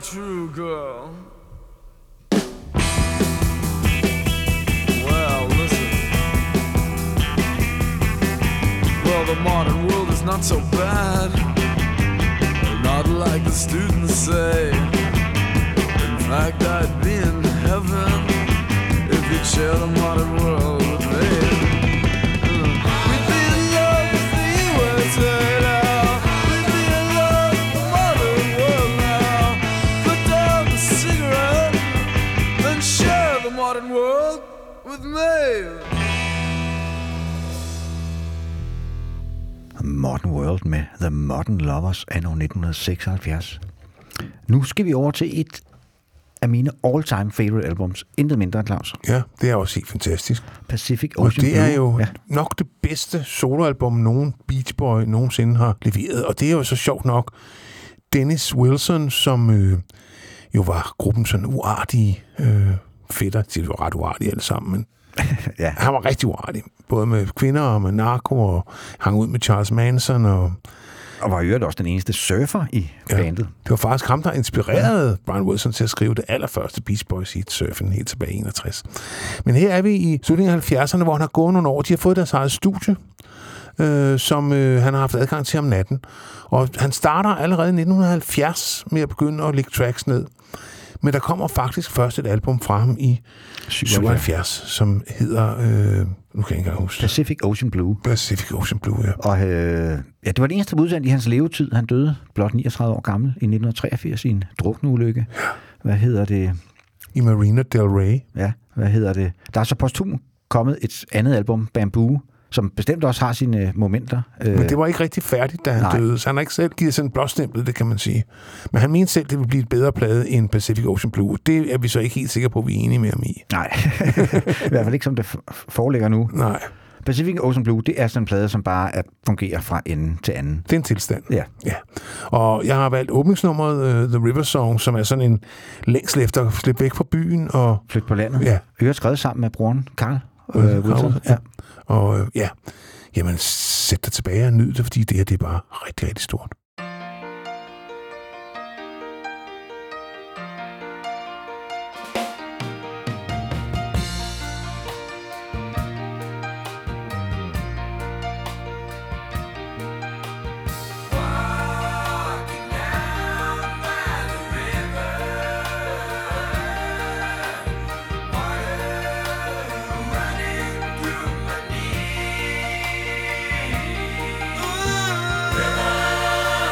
true, girl. Well, listen. Well, the modern world is not so bad. Not like the students say. In fact, I'd be in heaven if you'd share the modern world with me. We'd be in love with the U S A now. We'd be in love with the modern world now. Put down the cigarette and share the modern world with me. Modern World med The Modern Lovers anno nitten seksoghalvfjerds. Nu skal vi over til et af mine all-time favorite albums. Intet mindre, Claus. Ja, det er også helt fantastisk. Pacific Og Ocean det er Blue. jo Ja. nok det bedste soloalbum, nogen Beach Boy nogensinde har leveret. Og det er jo så sjovt nok Dennis Wilson, som øh, jo var gruppen sådan uartige øh, fætter. De var ret uartige alle sammen, men Ja. han var rigtig uartig. Både med kvinder og med narko, og hang ud med Charles Manson. Og Og var i øvrigt også den eneste surfer i Ja. bandet. det var faktisk ham, der inspirerede Brian Wilson til at skrive det allerførste Beach Boys hit, Surfen, helt tilbage i enogtres. Men her er vi i slutningen af halvfjerdserne, hvor han har gået nogle år. De har fået deres eget studie, øh, som øh, han har haft adgang til om natten. Og han starter allerede i nitten halvfjerds med at begynde at lægge tracks ned. Men der kommer faktisk først et album fra ham i syvoghalvfjerds, som hedder, øh, nu kan jeg ikke engang huske det. Pacific Ocean Blue. Pacific Ocean Blue, ja. Og øh, ja, det var det eneste udsendt i hans levetid. Han døde blot niogtredive år gammel i nitten treogfirs i en drukneulykke. Hvad hedder det? I Marina Del Rey. Ja, hvad hedder det? Der er så posthum kommet et andet album, Bamboo, som bestemt også har sine momenter. Men det var ikke rigtig færdigt, da han Nej. døde, så han har ikke selv givet sådan en blåstempel, det kan man sige. Men han mente selv, det ville blive et bedre plade end Pacific Ocean Blue. Det er vi så ikke helt sikre på, at vi er enige med ham i. Nej, i hvert fald ikke som det f- foreligger nu. Nej, Pacific Ocean Blue, det er sådan en plade, som bare er, fungerer fra ende til anden. det er en tilstand. Ja. Ja. Og jeg har valgt åbningsnummeret uh, The River Song, som er sådan en længsel efter at slippe væk fra byen. Og, Flyt på landet. Ja. Øvrigt skrevet sammen med broren Carl. Øh, Øh, Wilson. ja. Og øh, ja, jamen sæt dig tilbage og nyd det, fordi det her, det er bare rigtig, rigtig stort. River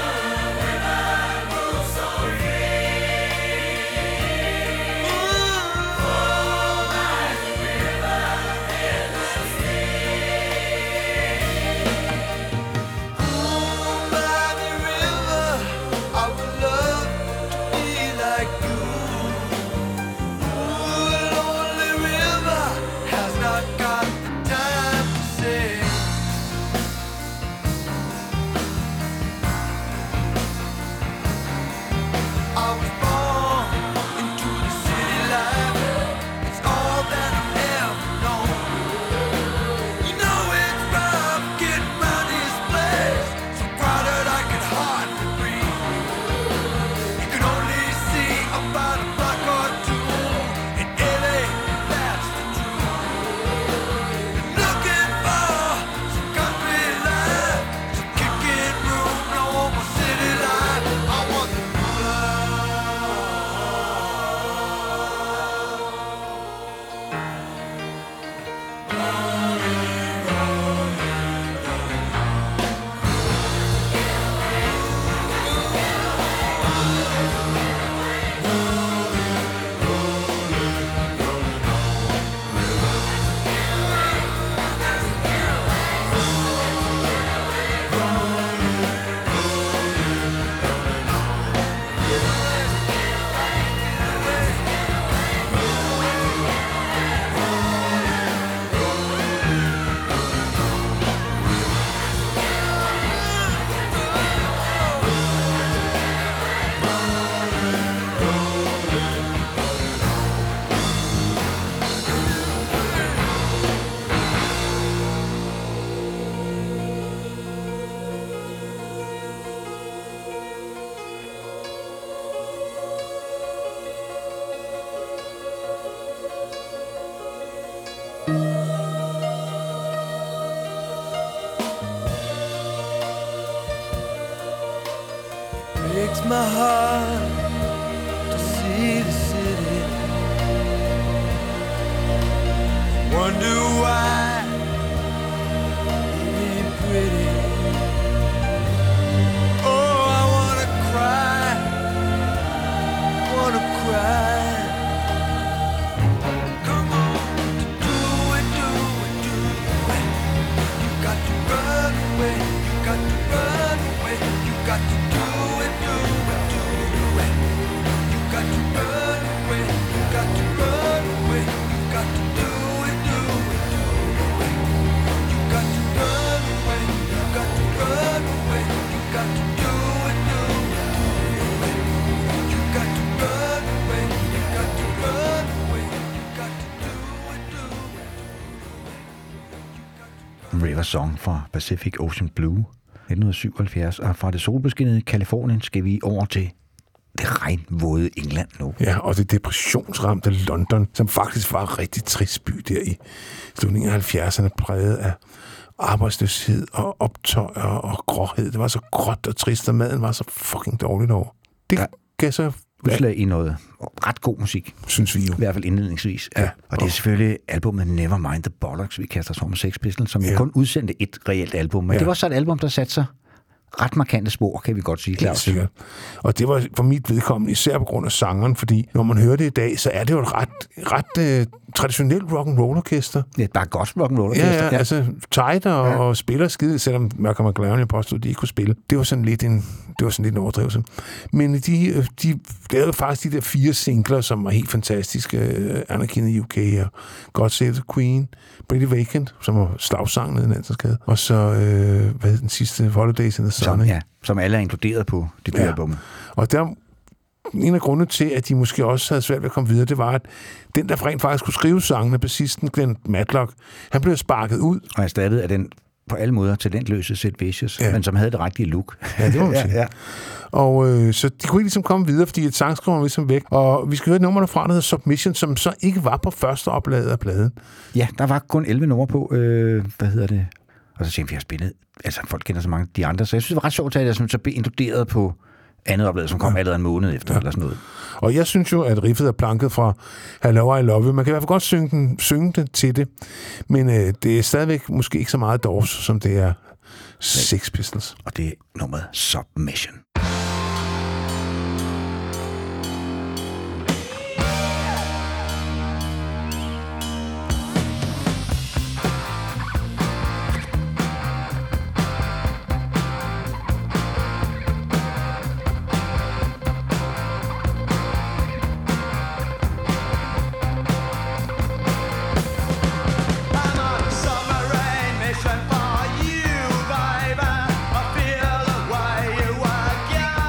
breaks my heart to see the city. Wonder why it ain't pretty. Oh, I wanna cry, wanna cry. Come on, do it, do it, do it. You got to run away, you got to run away, you got to do it, do it, do it. You got to run away, you got to run away, you got to do it, do it, do it. You got to run away, you got to run away, you got to do it, do it, do it. You got to run away, you got to run away, you got to do it, do it. River Song fra Pacific Ocean Blue nitten syvoghalvfjerds, og fra det solbeskinnede Californien skal vi over til det regnvåde England nu. Ja, og det depressionsramte London, som faktisk var en rigtig trist by der i slutningen af halvfjerdserne, præget af arbejdsløshed og optøjer og gråhed. Det var så gråt og trist, og maden var så fucking dårligt over. Det Ja. gav så Udslag i noget ret god musik, synes vi jo. i hvert fald indledningsvis. Ja. Og det er selvfølgelig albumet Nevermind the Bollocks, vi kaster os over med Sex Pistols, som Ja. jo kun udsendte et reelt album. Men Ja. det var så et album, der satte sig ret markante spor, kan vi godt sige, Helt Claus. sikkert. Og det var for mit vedkommende især på grund af sangeren, fordi når man hører det i dag, så er det jo et ret, ret uh, traditionelt rock'n'roll-orkester. Det er bare godt rock'n'roll. Ja, ja, altså tight og, ja. og spiller skide, selvom Malcolm McLaren påstod, at de ikke kunne spille. Det var sådan lidt en, det var sådan lidt en overdrivelse. Men de, de lavede faktisk de der fire singler, som var helt fantastiske. Uh, Anarchy in the U K og God Save the Queen, Pretty Vacant, som var slagsangen nede i Nanserskade. Og så, uh, hvad hed den sidste, Holidays in the Sun. Som, ja, som alle er inkluderet på det Ja. album. Og der, en af grundene til, at de måske også havde svært ved at komme videre, det var, at den, der rent faktisk kunne skrive sangene, bassisten Glenn Matlock, han blev sparket ud. Og erstattet af den på alle måder talentløse Sid Vicious, Ja. men som havde det rigtige look. Ja, det må man sige. ja. Og øh, så de kunne ikke ligesom komme videre, fordi et sangskriver var ligesom væk. Og vi skal høre et nummer derfra, der hedder Submission, som så ikke var på første oplaget af pladen. Ja, der var kun elleve numre på. Øh, hvad hedder det? Og så tænkte vi, at spillet. Altså, folk kender så mange af de andre. Så jeg synes, det var ret sjovt, at jeg så blev inkluderet på andet oplaget, som kom ja. allerede en måned efter, ja. eller sådan noget. Og jeg synes jo, at riffet er planket fra Hello, I Love You. Man kan i hvert fald godt synge, den, synge det til det, men øh, det er stadigvæk måske ikke så meget Doors, som det er Sex Pistols. Og det er nummeret Submission. I'm on a submarine mission for you, baby. I feel the way you work your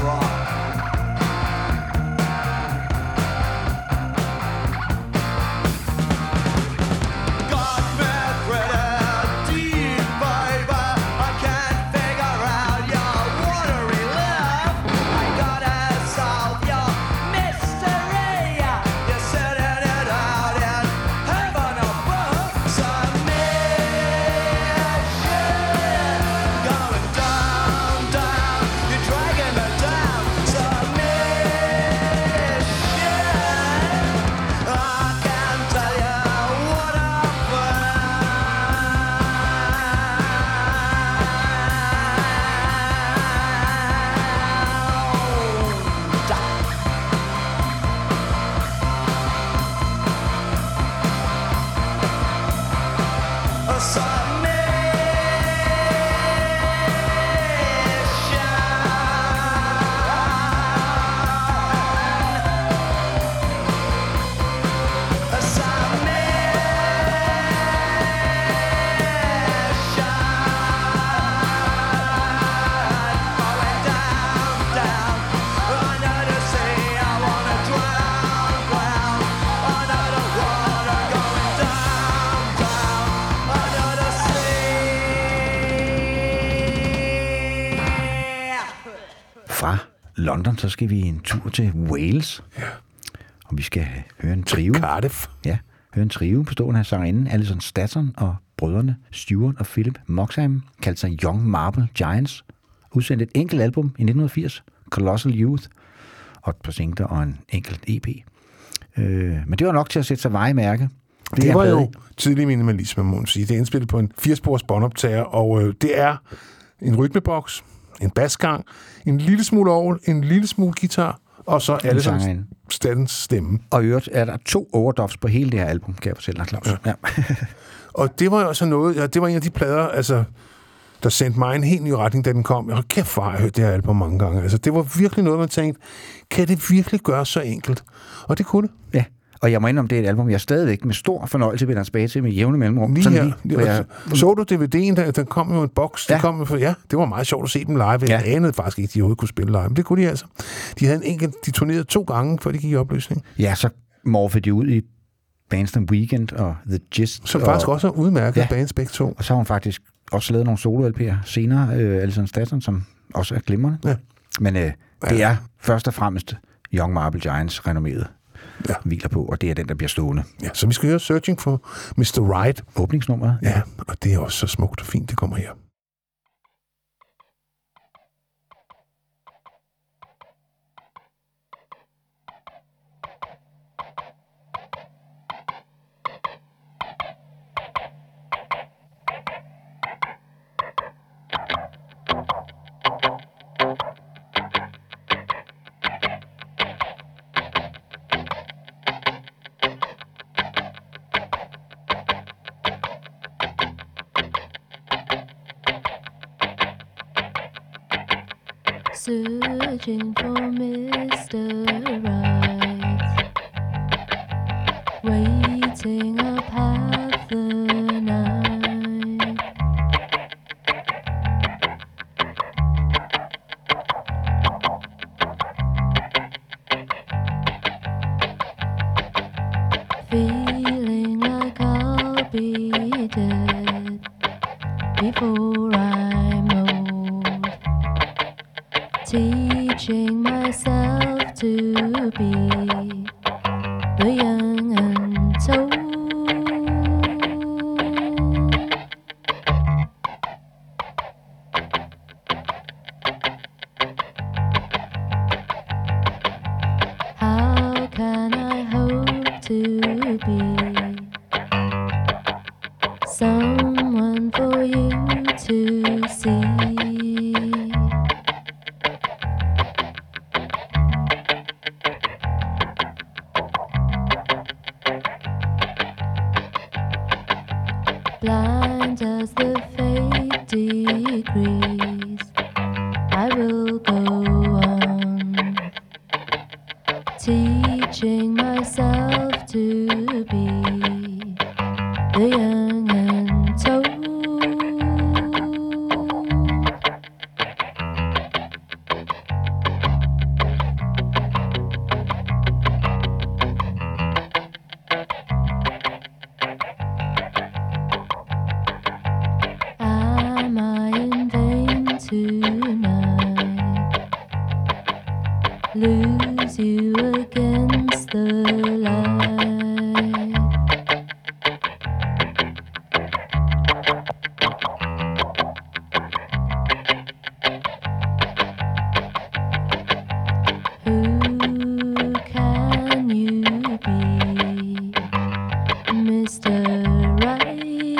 rock. Fra London, så skal vi en tur til Wales. Ja. Og vi skal høre en trio. Cardiff. Ja, høre en trio bestående af sangerinden Alison Staton og brødrene Stuart og Philip Moxham, kaldt sig Young Marble Giants. Udsendt et enkelt album i nitten firs, Colossal Youth, og et par singler og en enkelt E P. Øh, men det var nok til at sætte sig vejmærke. Det, det var jo tidlig minimalisme, må man sige. Det er indspillet på en fire-spors båndoptager, og øh, det er en rytmeboks, en basgang, en lille smule orgel, en lille smule guitar, og så Alison Statons stemme. Og i øvrigt er der to overdubs på hele det her album, kan jeg fortælle dig, Claus. Ja. Ja. Og det var jo også noget, ja, det var en af de plader, altså, der sendte mig en helt ny retning, da den kom. Jeg har kæft for, jeg har hørt det her album mange gange. Altså, det var virkelig noget, man tænkte, kan det virkelig gøres så enkelt? Og det kunne det. Ja. Og jeg må indrømme, det er et album, jeg stadigvæk med stor fornøjelse vender tilbage til med jævne mellemrum. Lige her. Lige, jeg... Så du D V D'en, der, der kom jo en boks. Ja. De kom for, ja, det var meget sjovt at se dem live. Jeg ja. anede faktisk ikke, at de overhovedet kunne spille live. Men det kunne de altså. De havde en enkelt, de turnerede to gange, før de gik i opløsning. Ja, så morfede de ud i bands som Weekend og The Gist. Som og... faktisk også er udmærket ja. bands begge to. Og så har hun faktisk også lavet nogle solo-L P'er senere, øh, Alison Staton, som også er glimrende. Ja. Men øh, det er først og fremmest Young Marble Giants renommeret. Ja. Hviler på, og det er den, der bliver stående. Ja, så vi skal høre Searching for mister Right. Åbningsnummeret. Ja, og det er også så smukt og fint, det kommer her. Searching for mister Right, waiting up half the night. Feeling like I'll be dead before I'm old. Teaching myself to be the young untold. How can I hope to be someone for you to see? Blind as the fate decrees, I will go on, teaching myself to be lose you against the light. Who can you be, Mister Right?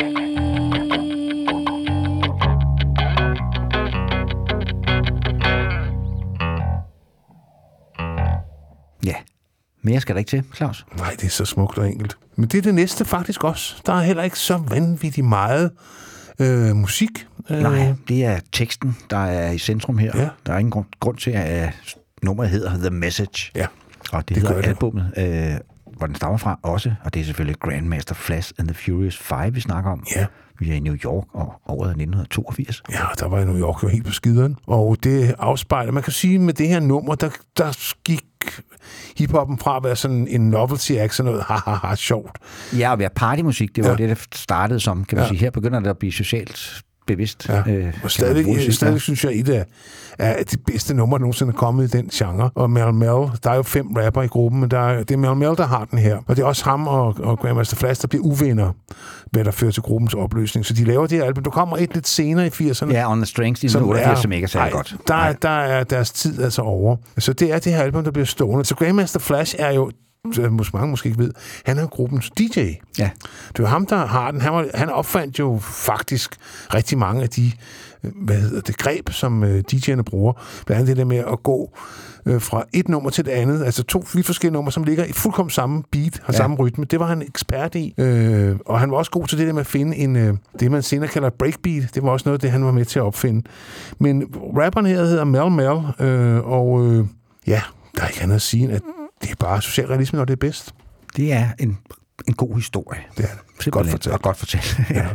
Ja, mere skal der ikke til, Claus. Nej, det er så smukt og enkelt. Men det er det næste faktisk også. Der er heller ikke så vanvittigt meget øh, musik. Øh, Nej, det er teksten, der er i centrum her. Ja. Der er ingen grund, grund til, at nummeret hedder The Message. Ja, og det, det det gør hedder det. albumet, øh, hvor den stammer fra også, og det er selvfølgelig Grandmaster Flash and the Furious Five, vi snakker om. Ja. Vi er i New York, og året er nitten toogfirs. Ja, der var i New York jo helt på skideren. Og det afspejler, man kan sige, med det her nummer, der, der gik hiphoppen fra at være sådan en novelty act, sådan noget haha sjovt. Ja, og være partymusik, det var Ja. det, der startede som, kan man Ja. sige. Her begynder det at blive socialt bevidst. Ja. Øh, Og stadig, stadig synes jeg, et af, af de bedste numre, der nogensinde er kommet i den genre. Og Mel Mel, der er jo fem rapper i gruppen, men der er, det er Mel Mel, der har den her. Og det er også ham og, og Grandmaster Flash, der bliver uvenner, hvad der fører til gruppens opløsning. Så de laver det her album. Der kommer et lidt senere i firserne. Ja, On the Strength i nitten otteogfirs, som ikke er særlig godt. Der, Nej. der er deres tid altså over. Så det er det her album, der bliver stående. Så Grandmaster Flash er jo, som mange måske ikke ved, han er gruppens D J. Ja. Det var ham, der har den. Han, var, han opfandt jo faktisk rigtig mange af de hvad hedder det, greb, som uh, D J'erne bruger. Blandt andet det der med at gå uh, fra et nummer til det andet. Altså to vidt forskellige numre, som ligger i fuldkommen samme beat og ja. samme rytme. Det var han ekspert i. Uh, og han var også god til det der med at finde en, uh, det, man senere kalder breakbeat. Det var også noget af det, han var med til at opfinde. Men rapperen her hedder Mel Mel. Uh, og uh, ja, der er ikke andet at sige, at det er bare socialrealisme, når det er bedst. Det er en, en god historie. Det er det. Simpelthen. Godt fortalt. Og godt fortalt. Ja.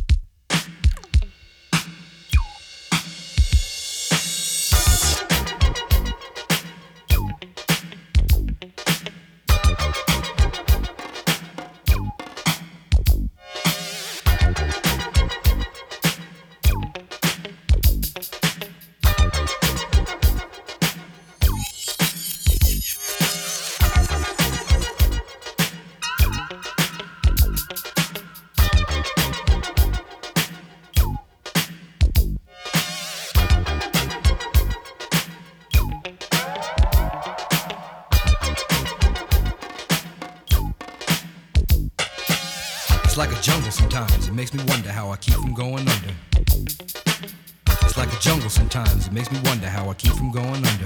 It's like a jungle sometimes, it makes me wonder how I keep from going under. It's like a jungle sometimes, it makes me wonder how I keep from going under.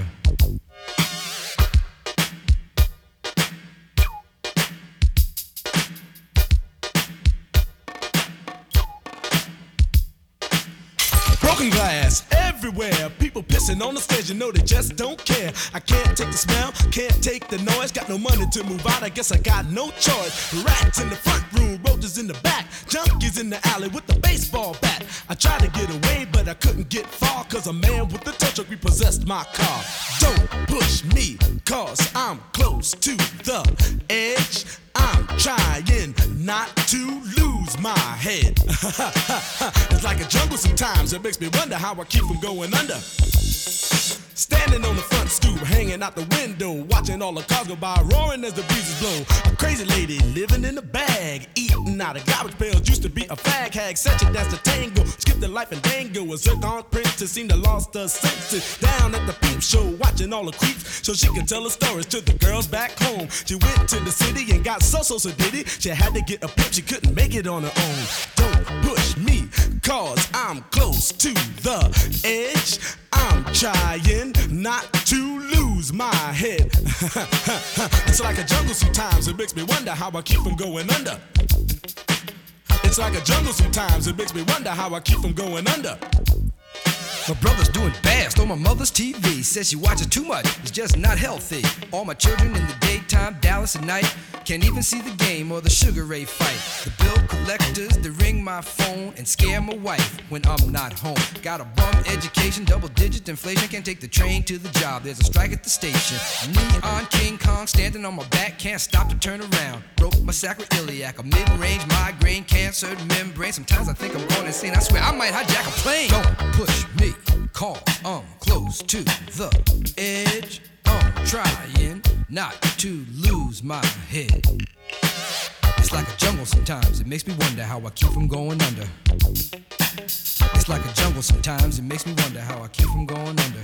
Broken glass everywhere, people pissing on the stage, you know they just don't care. I can't take the smell, can't take the noise, got no money to move out, I guess I got no choice. Rats in the front room, roaches in the back, junkies in the alley with the baseball bat. I tried to get away, but I couldn't get far, cause a man with the tow truck repossessed my car. Don't push me, cause I'm close to the edge. I'm trying not to lose my head. It's like a jungle sometimes, it makes me wonder how I keep from going under. Standing on the front stoop, hanging out the window, watching all the cars go by, roaring as the breezes blow. A crazy lady living in a bag, eating out of garbage pails, used to be a fag hag, such a dance to tango, skipped the life and dango. A zircon princess seemed to lost her senses, down at the peep show, watching all the creeps, so she could tell her stories to the girls back home. She went to the city and got so so so did it. She had to get a pimp, she couldn't make it on her own. Don't push me, cause I'm close to the edge. I'm trying not to lose my head. It's like a jungle sometimes, it makes me wonder how I keep from going under. It's like a jungle sometimes, it makes me wonder how I keep from going under. My brother's doing bad, stole my mother's T V. Says she watches too much, it's just not healthy. All my children in the daytime, Dallas at night. Can't even see the game or the Sugar Ray fight. The bill collectors, they ring my phone and scare my wife when I'm not home. Got a bum education, double digit inflation. Can't take the train to the job, there's a strike at the station. Neon King Kong standing on my back, can't stop to turn around. Broke my sacroiliac, a mid-range migraine, cancer membrane. Sometimes I think I'm going insane, I swear I might hijack a plane. Don't push me, cause I'm close to the edge. I'm trying not to lose my head. It's like a jungle sometimes, it makes me wonder how I keep from going under. It's like a jungle sometimes, it makes me wonder how I keep from going under.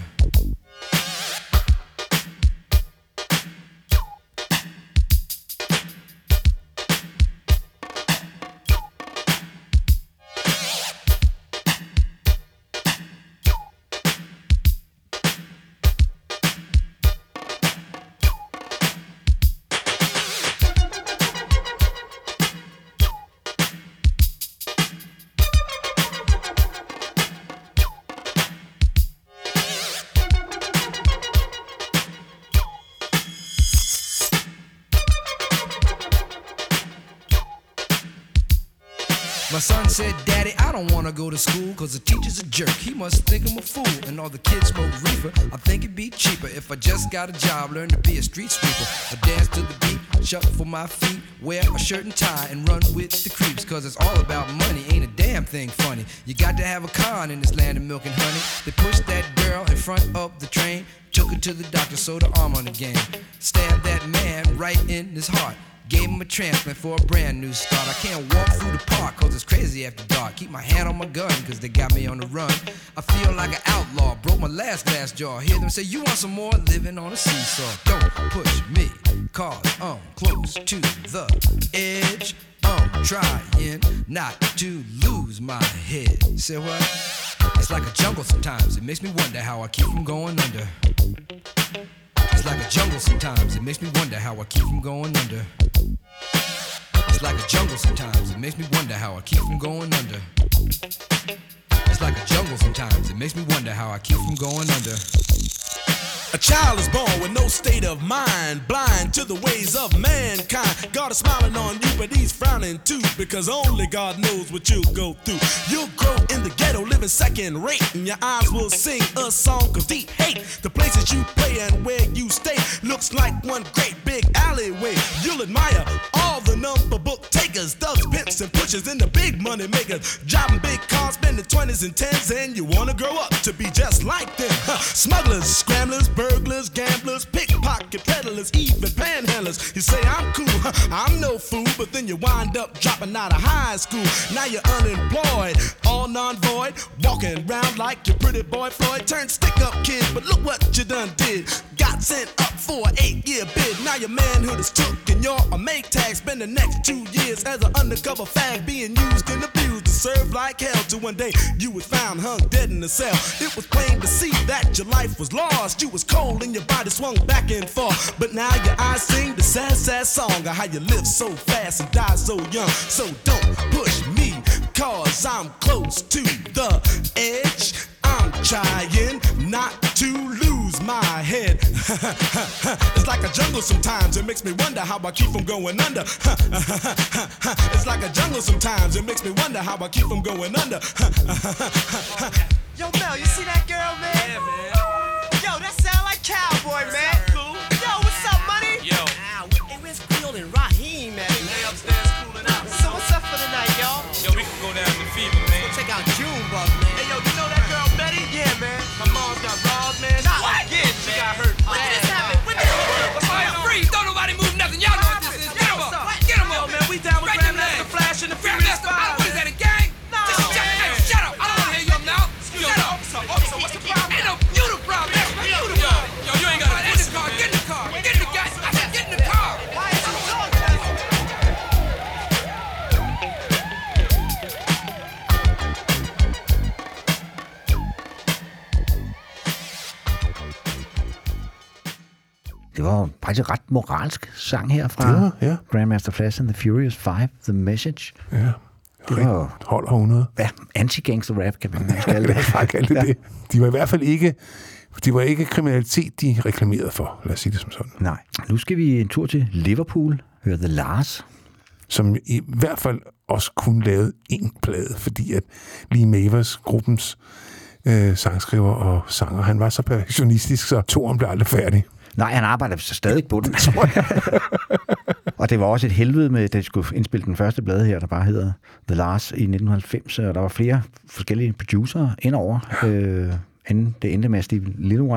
My son said, Daddy, I don't want to go to school cause the teacher's a jerk. He must think I'm a fool and all the kids smoke reefer. I think it'd be cheaper if I just got a job, learn to be a street sweeper. I dance to the beat, shuffle my feet, wear a shirt and tie and run with the creeps. Cause it's all about money, ain't a damn thing funny. You got to have a con in this land of milk and honey. They pushed that girl in front of the train, took her to the doctor, sewed her arm on the game. Stabbed that man right in his heart. Gave him a transplant for a brand new start. I can't walk through the park cause it's crazy after dark. Keep my hand on my gun cause they got me on the run. I feel like an outlaw, broke my last glass jaw. Hear them say you want some more, living on a seesaw. Don't push me cause I'm close to the edge. I'm trying not to lose my head. Say what? It's like a jungle sometimes, it makes me wonder how I keep from going under. It's like a jungle sometimes, it makes me wonder how I keep from going under. It's like a jungle sometimes, it makes me wonder how I keep from going under. It's like a jungle sometimes, it makes me wonder how I keep from going under. A child is born with no state of mind, blind to the ways of mankind. God is smiling on you, but he's frowning too, because only God knows what you'll go through. You'll grow in the ghetto, living second rate, and your eyes will sing a song of deep hate. The places you play and where you stay looks like one great big alleyway. You'll admire all the number book takers, thugs, pimps, and pushers, and the big money makers. Driving big cars, spending twenties and tens, and you wanna grow up to be just like them. Huh. Smugglers, scramblers, burglars, gamblers, pickpocket peddlers, even panhandlers. You say I'm cool, huh, I'm no fool, but then you wind up dropping out of high school. Now you're unemployed, all non-void, walking around like your pretty boy Floyd. Turned stick-up kid, but look what you done did. Got sent up for an eight-year bid. Now your manhood is took and you're a make tag. Spend the next two years as an undercover fag, being used and abused to serve like hell. Till one day you was found hung dead in a cell. It was plain to see that your life was lost. You was cold and your body swung back and forth. But now your eyes sing the sad, sad song of how you live so fast and die so young. So don't push me, cause I'm close to the edge. I'm trying not to lose my head. It's like a jungle sometimes, it makes me wonder how I keep from going under. It's like a jungle sometimes, it makes me wonder how I keep from going under. Yo, Mel, you see that girl, man? Yeah, man. Yo, that sound like Cowboy, man. Cool. Yo, what's up, money? Yo. Ah, hey, where's Quill and Raheem, man? They upstairs cooling out. So what's up for the night, y'all? Yo, we can go down to Fever, man. Check out Junebug, man. Hey, yo, you know that girl Betty? Yeah, man. Her mom's got robbed, man. Not What? again, She man. got hurt. When did this happen? When did this happen? What's going on? Freeze! Don't nobody move nothing. Y'all know what this is. Get him up. Get him Yo, up. man, we down with Break them Grandmaster legs. Flash and the Grandmaster, Furious I- Five. what is that, a gang? No. Just shut, hey, shut up. I don't want to hear your mouth. Shut up. Officer, officer, what's the problem? Ain't no you the problem. That's you the problem. Yo, you ain't got to get in the car. Get in the car. Get in the car. I said get in the car. Why is he talking? Det var faktisk en ret moralsk sang her fra Det var, ja. Grandmaster Flash and the Furious Five, The Message. Ja. Det var Holder hundrede. ja, anti-gangster rap, kan man måske kalde Det det. er faktisk alt det. De var i hvert fald ikke, de var ikke kriminalitet, de reklamerede for. Lad os sige det som sådan. Nej. Nu skal vi en tur til Liverpool, høre The Lars. Som i hvert fald også kun lavede én plade, fordi at Lee Mavers, gruppens øh, sangskriver og sanger, han var så perfektionistisk, så toren blev aldrig færdig. Nej, han arbejder så stadig på den, tror jeg. Og det var også et helvede med, da de skulle indspille den første plade her, der bare hedder The Lars i nitten halvfems, og der var flere forskellige producer indover. Øh, inden det endte med, at Steve Lillywhite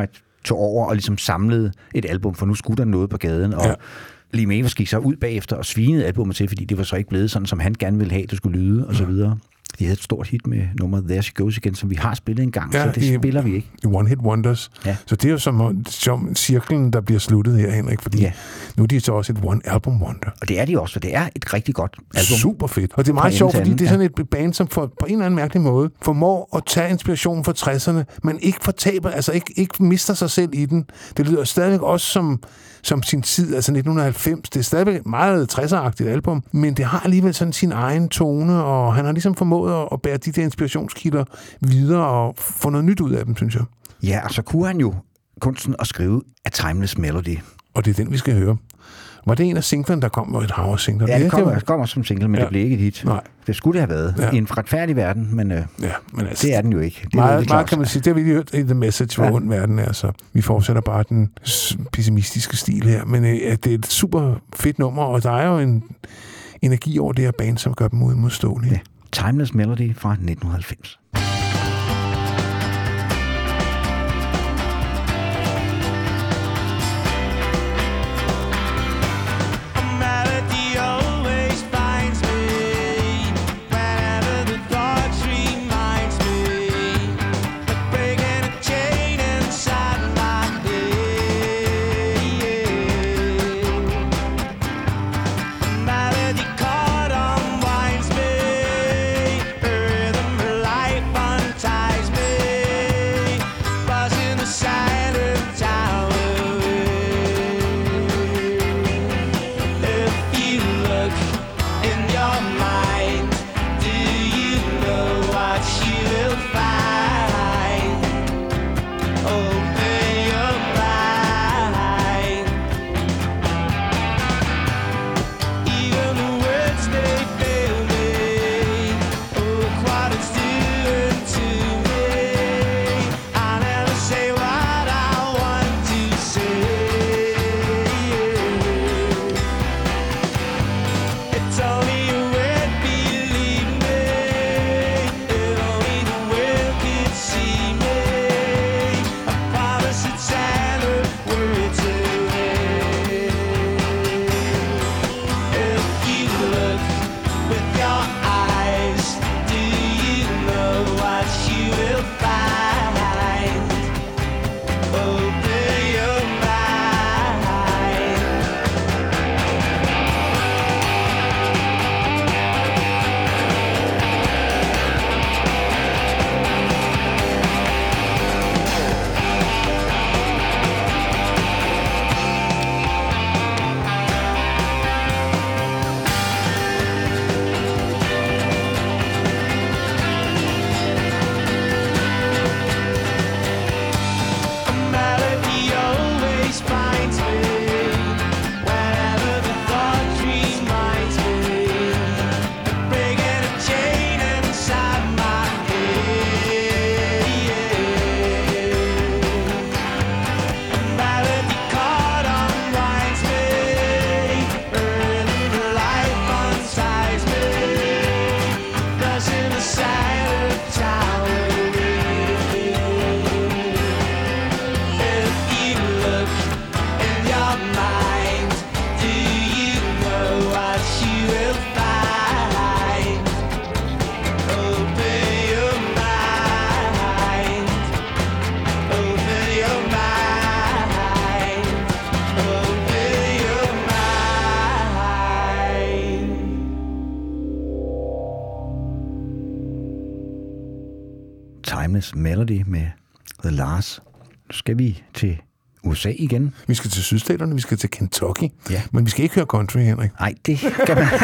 tog over og ligesom samlede et album, for nu skulle der noget på gaden, og ja. Lee Mavers gik så ud bagefter og svinede albumet til, fordi det var så ikke blevet sådan, som han gerne ville have, det skulle lyde, og så videre. De havde et stort hit med nummeret There She Goes Again, som vi har spillet en gang, ja, så det i, spiller vi ikke. I One Hit Wonders. Ja. Så det er jo som, som cirklen, der bliver sluttet her, Henrik, fordi ja. Nu er de så også et One Album Wonder. Og det er de også, for det er et rigtig godt album. Super fedt. Og det er meget sjovt, fordi det er sådan et band, som for, på en eller anden mærkelig måde formår at tage inspiration fra tresserne, men ikke fortaber, altså ikke, ikke mister sig selv i den. Det lyder stadigvæk også som, som sin tid, altså nitten halvfems. Det er stadigvæk meget tresser-agtigt album, men det har alligevel sådan sin egen tone, og han har ligesom formået at bære de der inspirationskilder videre og få noget nyt ud af dem, synes jeg. Ja, og så kunne han jo kunsten at skrive A Timeless Melody. Og det er den, vi skal høre. Var det en af singlerne, der kom med et hav af singler? Ja, det kommer, det var... kommer som single, men ja. Det blev ikke et hit. Nej. Det skulle det have været. Ja. I en retfærdig verden, men, øh, ja, men altså, det er den jo ikke. Det er meget, meget kan man sige. Det har vi lige hørt i The Message, hvor ja. Ond verden er. Så vi fortsætter bare den pessimistiske stil her. Men øh, det er et super fedt nummer, og der er jo en energi over det her band, som gør dem uimodståelige. Ja. Timeless Melody fra nitten halvfems. Timeless Melody med The Lars. Nu skal vi til U S A igen. Vi skal til sydstaterne, vi skal til Kentucky. Ja. Men vi skal ikke høre country, Henrik. Nej, det kan man,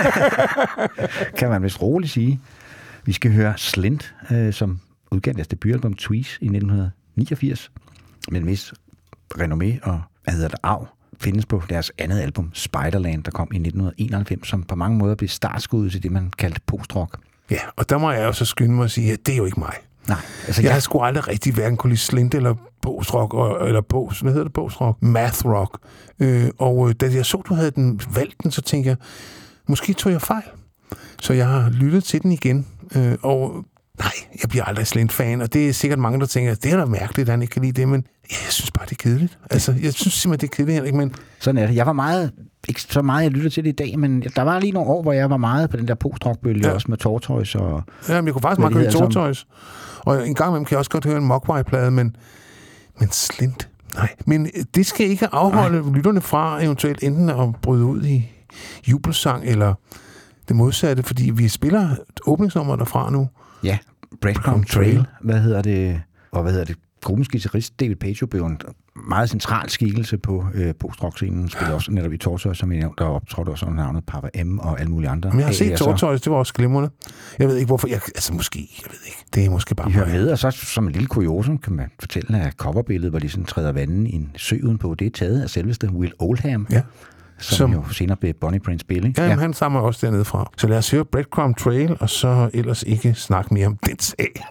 kan man vist roligt sige. Vi skal høre Slint, øh, som udgav deres debutalbum Tweez i nitten niogfirs. Med en vis renommé og, hvad hedder det, arv, findes på deres andet album, Spiderland, der kom i nitten enoghalvfems, som på mange måder blev startskuddet til det, man kaldte postrock. Ja, og der må jeg jo så skynde mig at sige, at det er jo ikke mig. Nej, altså jeg, jeg har sgu aldrig rigtig hverken kunne lide Slint eller postrock, eller pos, hvad hedder det, postrock? Math rock. Øh, og øh, da jeg så, du havde den valgt den, så tænkte jeg, måske tog jeg fejl. Så jeg har lyttet til den igen, øh, og nej, jeg bliver aldrig Slint-fan, og det er sikkert mange, der tænker, det er da mærkeligt, at han ikke kan lide det, men Ja, jeg synes bare, det er kedeligt. Altså, jeg synes simpelthen, det er kedeligt, Henrik, men... Sådan er det. Jeg var meget, ikke så meget, jeg lytter til det i dag, men der var lige nogle år, hvor jeg var meget på den der post-rock-bølge, ja. Også med Tortoise og... Ja, men jeg kunne faktisk meget høre Tortoise. Og en gang imellem kan jeg også godt høre en Mogwai-plade, men... Men Slint... Nej, men det skal ikke afholde Nej. lytterne fra eventuelt enten at bryde ud i jubelsang, eller det modsatte, fordi vi spiller åbningsnummer derfra nu. Ja, Breadcrumb Trail. Hvad hedder det? Og hvad hedder det? Gruppens guitarist David Page blev en meget central skikkelse på øh, post-rock-scenen. Spillede også netop i Tortoise, som jeg nævnte, der optrådte også under navnet Papa M og alle mulige andre. Men jeg har set Tortoise, det var også glimrende. Jeg ved ikke, hvorfor. Jeg, altså måske, jeg ved ikke. Det er måske bare... De hører med, og så som en lille kuriosum kan man fortælle, at coverbilledet, hvor de sådan træder vandet i en sø udenpå, det er taget af selveste Will Oldham. Ja. Som, som jo senere blev Bonnie Prince Billy. Ja, ja. Han stammer også dernede fra. Så lad os høre Breadcrumb Trail, og så ellers ikke snakke mere om den sag.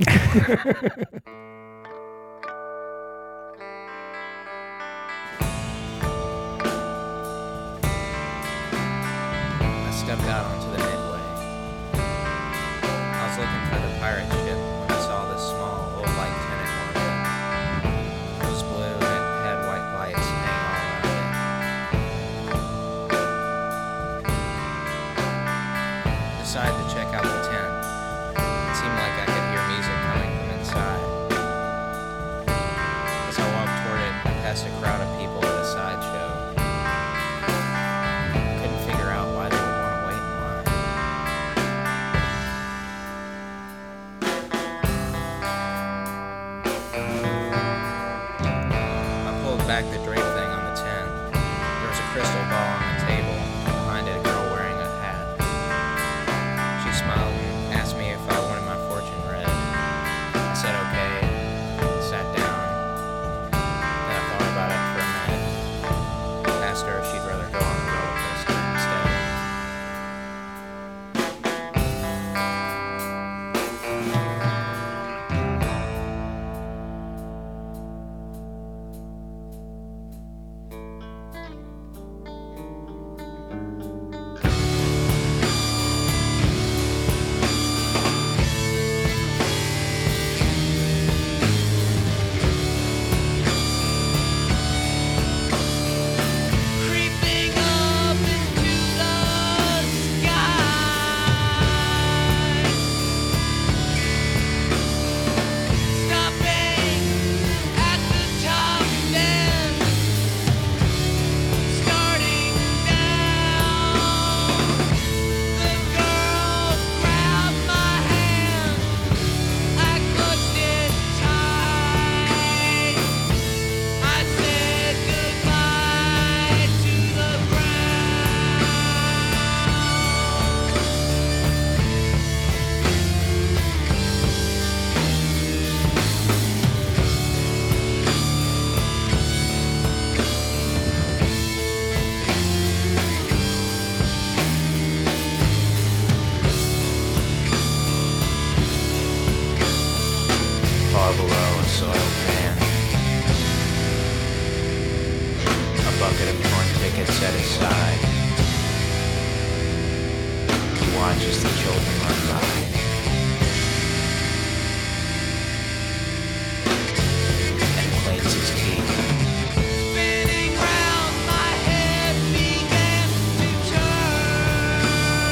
Stepped out onto the midway. I was looking for the pirate ship when I saw this small, old light tenant market. It was blue and it had white lights hanging all around it. Decided to check out the tent. It seemed like I could hear music coming from inside. As I walked toward it, I passed a crowd of people at a sideshow. Couldn't figure out why they would want to wait in line. I pulled back the drape thing on the tent. There was a crystal ball on the table, and behind it a girl wearing a hat. She smiled and asked me if I wanted my fortune read. I said okay, and sat down. Then I thought about it for a minute. Asked her if she'd rather go on the roller coaster instead. Creeping up into the sky, stopping at the top, then starting down. The girl grabbed my hand, I clutched it tight. I said goodbye to the ground. Far below a soiled pan, a bucket of torn tickets set aside. He watches the children run by. And cleans his teeth. Spinning round, my head began to turn.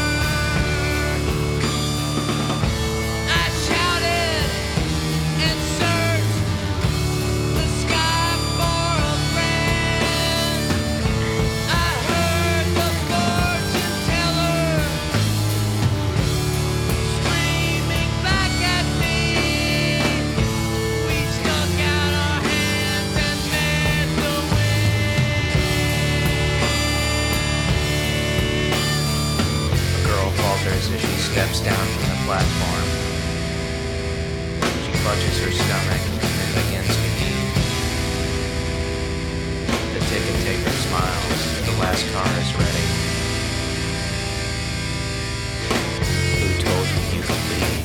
I shouted and searched the sky for a friend. I heard the fortune teller screaming back at me. We stuck out our hands and met the wind. A girl falters as she steps down from the platform. She clutches her stomach and then begins to eat. The ticket taker smiles. The last car is ready. Who told you you could leave?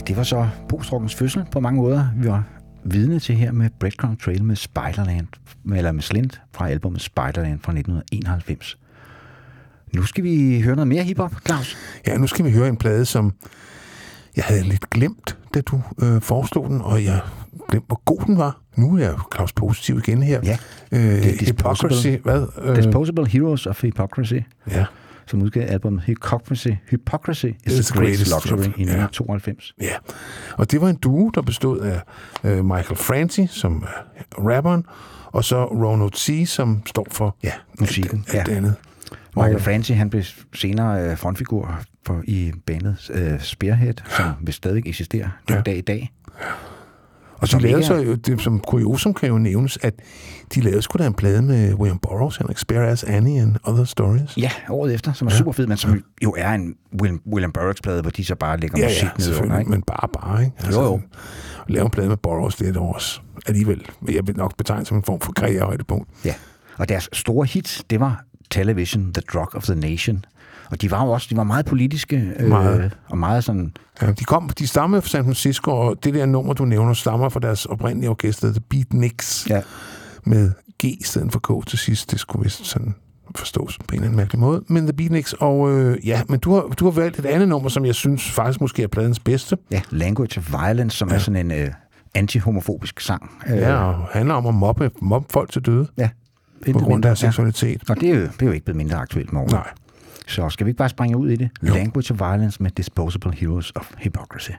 det var så postrockens fødsel på mange måder. Vi var vidne til her med Breadcrumb Trail med Spiderland, eller med Slint fra albumet Spiderland fra nitten enoghalvfems. Nu skal vi høre noget mere hiphop, Claus. Ja, nu skal vi høre en plade, som jeg havde lidt glemt, da du øh, foreslog den, og jeg glemte, hvor god den var. Nu er jeg Claus positiv igen her. Ja, øh, det er Hypocrisy. Hvad? Øh, Disposable Heroes of Hypocrisy. Ja. Som udgav albumet Hypocrisy. Hypocrisy is the greatest luxury i nitten tooghalvfems. Ja, og det var en duo, der bestod af øh, Michael Franti, som er rapperen, og så Ronald C., som står for ja, musikken. Alt, alt ja. andet. Michael Franti, han blev senere øh, frontfigur for, i bandet øh, Spearhead, som vil stadig eksisterer den ja. dag i dag. Og de lavede så jo, det, som kuriosum kan jo nævnes, at de lavede sgu da en plade med William Burroughs, Henrik Spare as Annie and Other Stories. Ja, året efter, som er ja. super fed, men som jo er en William, William Burroughs-plade, hvor de så bare lægger ja, musik ja, ned under, ikke? Men bare, bare, ikke? Altså, jo, jo. At lave en plade med Burroughs, det er det også alligevel, jeg vil nok betegne som en form for karrierehøjdepunkt. Ja, og deres store hit, det var Television, The Drug of the Nation. Og de var jo også, de var meget politiske, meget. Øh, og meget sådan... Ja, de kom, de stammede fra San Francisco, og det der nummer, du nævner, stammer fra deres oprindelige orkester, The Beatniks, ja. med G i stedet for K til sidst. Det skulle vist sådan forstås på en eller anden mærkelig måde. Men The Beatniks, og øh, ja, men du har, du har valgt et andet nummer, som jeg synes faktisk måske er pladens bedste. Ja, Language of Violence, som ja. er sådan en øh, anti-homofobisk sang. Ja, og handler om at mobbe, mobbe folk til døde. Ja. På grund af deres seksualitet. Ja. Og det er, jo, det er jo ikke blevet mindre aktuelt med året. Nej. Så skal vi ikke bare springe ud i det? Jo. Language of Violence med Disposable Heroes of Hypocrisy.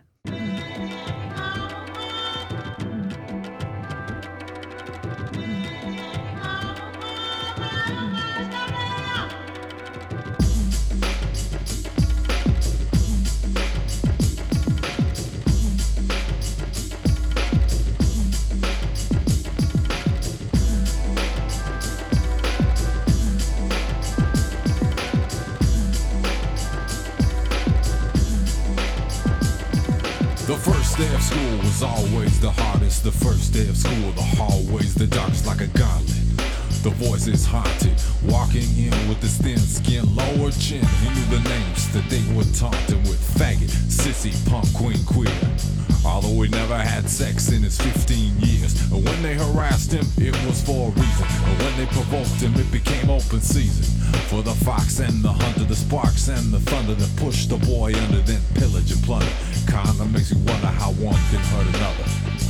Day of school was always the hardest. The first day of school, the hallways, the darkest like a gauntlet. The voices haunted, walking in with the thin skin, lower chin. He knew the names that they would taunt him with: faggot, sissy, punk, queen, queer. Although he never had sex in his fifteen years. When they harassed him, it was for a reason. When they provoked him, it became open season. For the fox and the hunter, the sparks and the thunder that pushed the boy under, then pillage and plunder. Kinda makes you wonder how one can hurt another.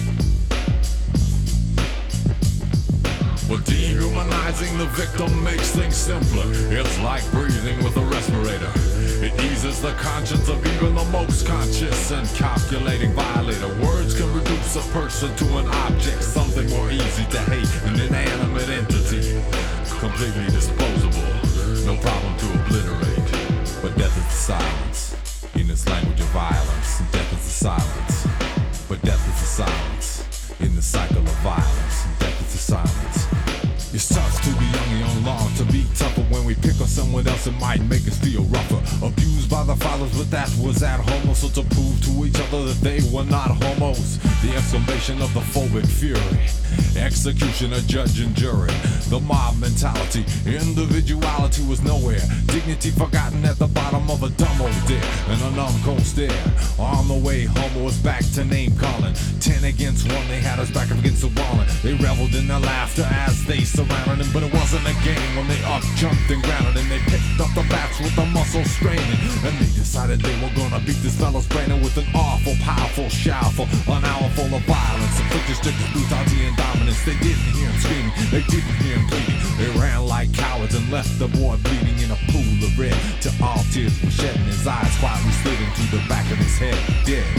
But dehumanizing the victim makes things simpler. It's like breathing with a respirator. It eases the conscience of even the most conscious and calculating violator. Words can reduce a person to an object, something more easy to hate, an inanimate entity, completely disposable, no problem to obliterate. But death is the silence, in this language of violence. Death is the silence, but death is the silence, in the cycle of violence. Death is the silence. It's tough to be young and young, long to be tougher. When we pick on someone else, it might make us feel rougher. Abused by the fathers, but that was at home. So to prove to each other that they were not homos. The exclamation of the phobic fury. Execution of judge and jury. The mob mentality, individuality was nowhere. Dignity forgotten at the bottom of a dumb old dare. And a numb cold stare. On the way home, it was back to name calling. Ten against one, they had us back up against the wall. They reveled in their laughter as they surrounded him. But it wasn't a game when they up jumped and grounded. And they picked up the bats with the muscle straining. And they decided they were gonna beat this fellow's brain with an awful, powerful, showerful, an hour full of violence. Inflicted strict brutality and dominance. They didn't hear him screaming, they didn't hear him bleeding. They ran like cowards and left the boy bleeding in a pool of red. Till all tears were shed and his eyes quietly slid into the back of his head, dead.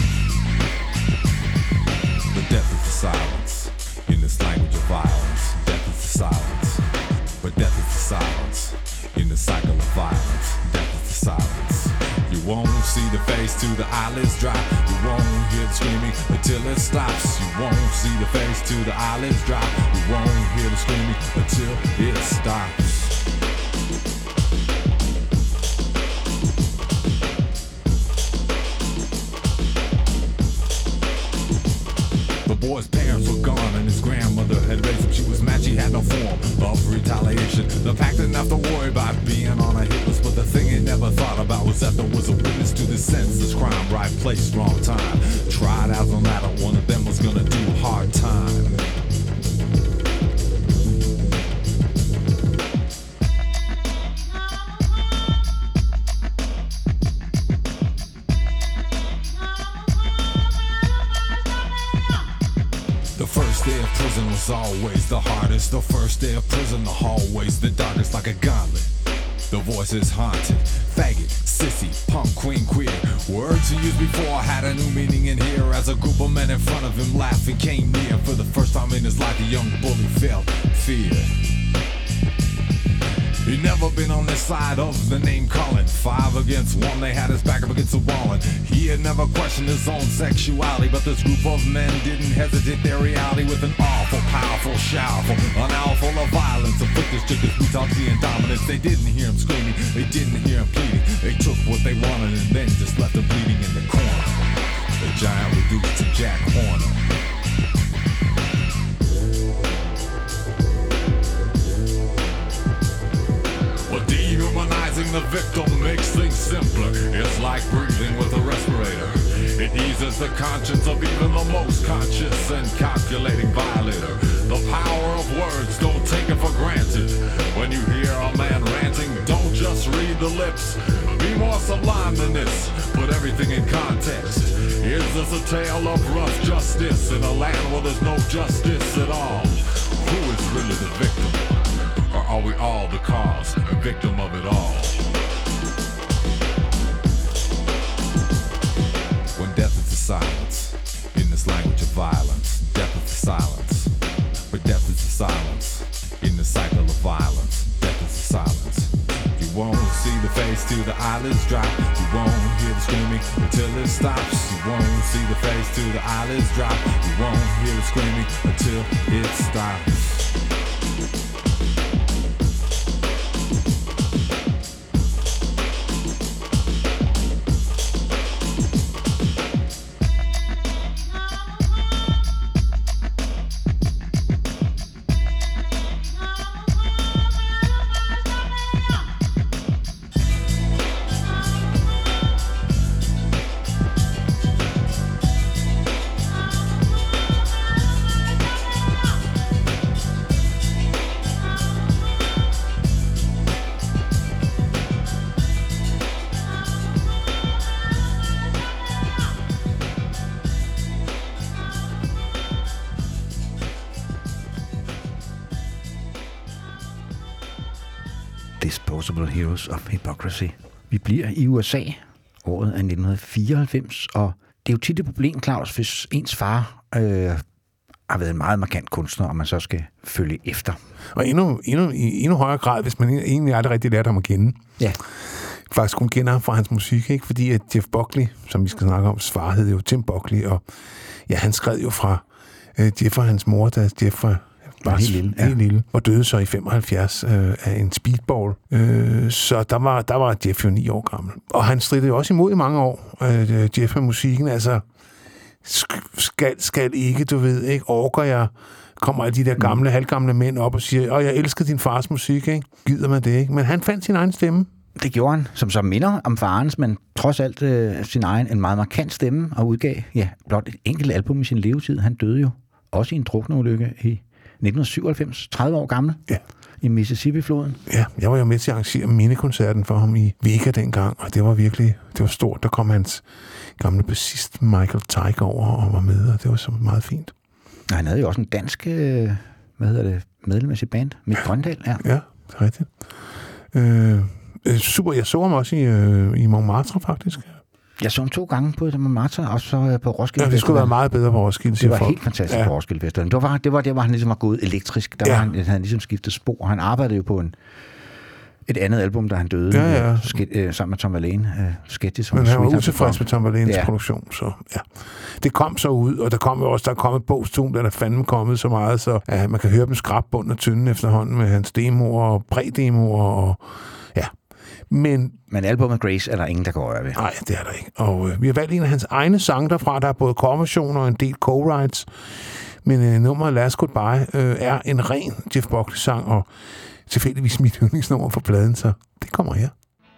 But death is the silence, in this language of violence. Death is the silence, but death is the silence, in the cycle of violence. Death is the silence. You won't see the face till the eyelids drop. You won't hear the screaming until it stops. You won't see the face till the eyelids drop. You won't hear the screaming until it stops. The boy's parents were gone and his grandmother had raised him, she was mad, she had no form of retaliation. The pack didn't have to worry about being on a hit list, but the thing he never thought about was that there was a witness to this senseless crime. Right place, wrong time. Tried as no matter, one of them was gonna do hard time. The first day of prison was always the hardest. The first day of prison, the hallways the darkest, like a gauntlet. The voices haunted. Faggot, sissy, punk, queen, queer. Words he used before had a new meaning in here. As a group of men in front of him laughing came near. For the first time in his life, the young bully felt fear. He'd never been on this side of the name calling. Five against one, they had his back up against the wall. And he had never questioned his own sexuality. But this group of men didn't hesitate their reality with an awful, powerful, showerful, an hour full of violence. Afflicted to this brutality and dominance. They didn't hear him screaming, they didn't hear him pleading. They took what they wanted and then just left him bleeding in the corner. The giant reduced to Jack Horner. Dehumanizing the victim makes things simpler. It's like breathing with a respirator. It eases the conscience of even the most conscious and calculating violator. The power of words, don't take it for granted. When you hear a man ranting, don't just read the lips. Be more sublime than this. Put everything in context. Is this a tale of rough justice in a land where there's no justice at all? Who is really the victim? Or are we all the cause, a victim of it all? When death is the silence, in this language of violence, death is the silence. But death is the silence, in the cycle of violence, death is the silence. You won't see the face till the eyelids drop. You won't hear the screaming until it stops. You won't see the face till the eyelids drop. You won't hear the screaming until it stops. Disposable Heroes of Hypocrisy. Vi bliver i U S A. Året er nitten fireoghalvfems, og det er jo tit et problem, Claus, hvis ens far øh, har været en meget markant kunstner, og man så skal følge efter. Og endnu, endnu, i endnu højere grad, hvis man egentlig aldrig rigtig lært ham at kende. Ja. Faktisk kun kender ham fra hans musik, ikke? Fordi at Jeff Buckley, som vi skal snakke om, far hed jo Tim Buckley, og ja, han skrev jo fra øh, Jeff og hans mor, da Jeff var bare helt lille, ja. helt lille, og døde så i femoghalvfjerds øh, af en speedball. Øh, så der var, der var Jeff jo ni år gammel. Og han stridede jo også imod i mange år, øh, Jeff med musikken, altså skal, skal ikke, du ved, ikke, orker jeg, kommer alle de der gamle, mm. halvgamle mænd op og siger, åh, jeg elsker din fars musik, ikke? Gider man det, ikke? Men han fandt sin egen stemme. Det gjorde han, som så minder om farens, men trods alt øh, sin egen, en meget markant stemme, og udgav, ja, blot et enkelt album i sin levetid. Han døde jo også i en drukneulykke i nitten syvoghalvfems, tredive år gammel, ja. I Mississippi-floden. Ja, jeg var jo med til at arrangere mindekoncerten for ham i Vega dengang, og det var virkelig, det var stort. Der kom hans gamle bassist Michael Tyke over og var med, og det var så meget fint. Og han havde jo også en dansk, øh, hvad hedder det, medlem af sit band, Mick Grøndal. Ja, ja, det er rigtigt. Øh, super, jeg så ham også i, øh, i Montmartre, faktisk. Jeg så ham to gange på Montmartre, og så på Roskilde. Ja, det skulle være meget bedre på Roskilde. Det var folk. Helt fantastisk ja. På Roskilde Festival. Det var, det var der, hvor han ligesom var gået elektrisk. Der ja. var han, han ligesom skiftet spor. Han arbejdede jo på en, et andet album, da han døde. Ja, ja. Ske, øh, sammen med Tom Verlaine. Øh, sketches, Men han var utilfreds med Tom Verlaines ja. produktion, så ja. Det kom så ud, og der kom jo også, der kom et bogstum, der er fandme kommet så meget, så ja, man kan høre dem skrab bunden af tynden efterhånden med hans demoer og prædemoer og ja. Men, Men albumet Grace er der ingen, der går øje ved. Nej, det er der ikke. Og øh, vi har valgt en af hans egne sange derfra. Der er både coverversioner og en del co-writes. Men øh, nummeret Last Goodbye øh, er en ren Jeff Buckley-sang, og tilfældigvis mit yndlingsnummer for pladen, så det kommer her.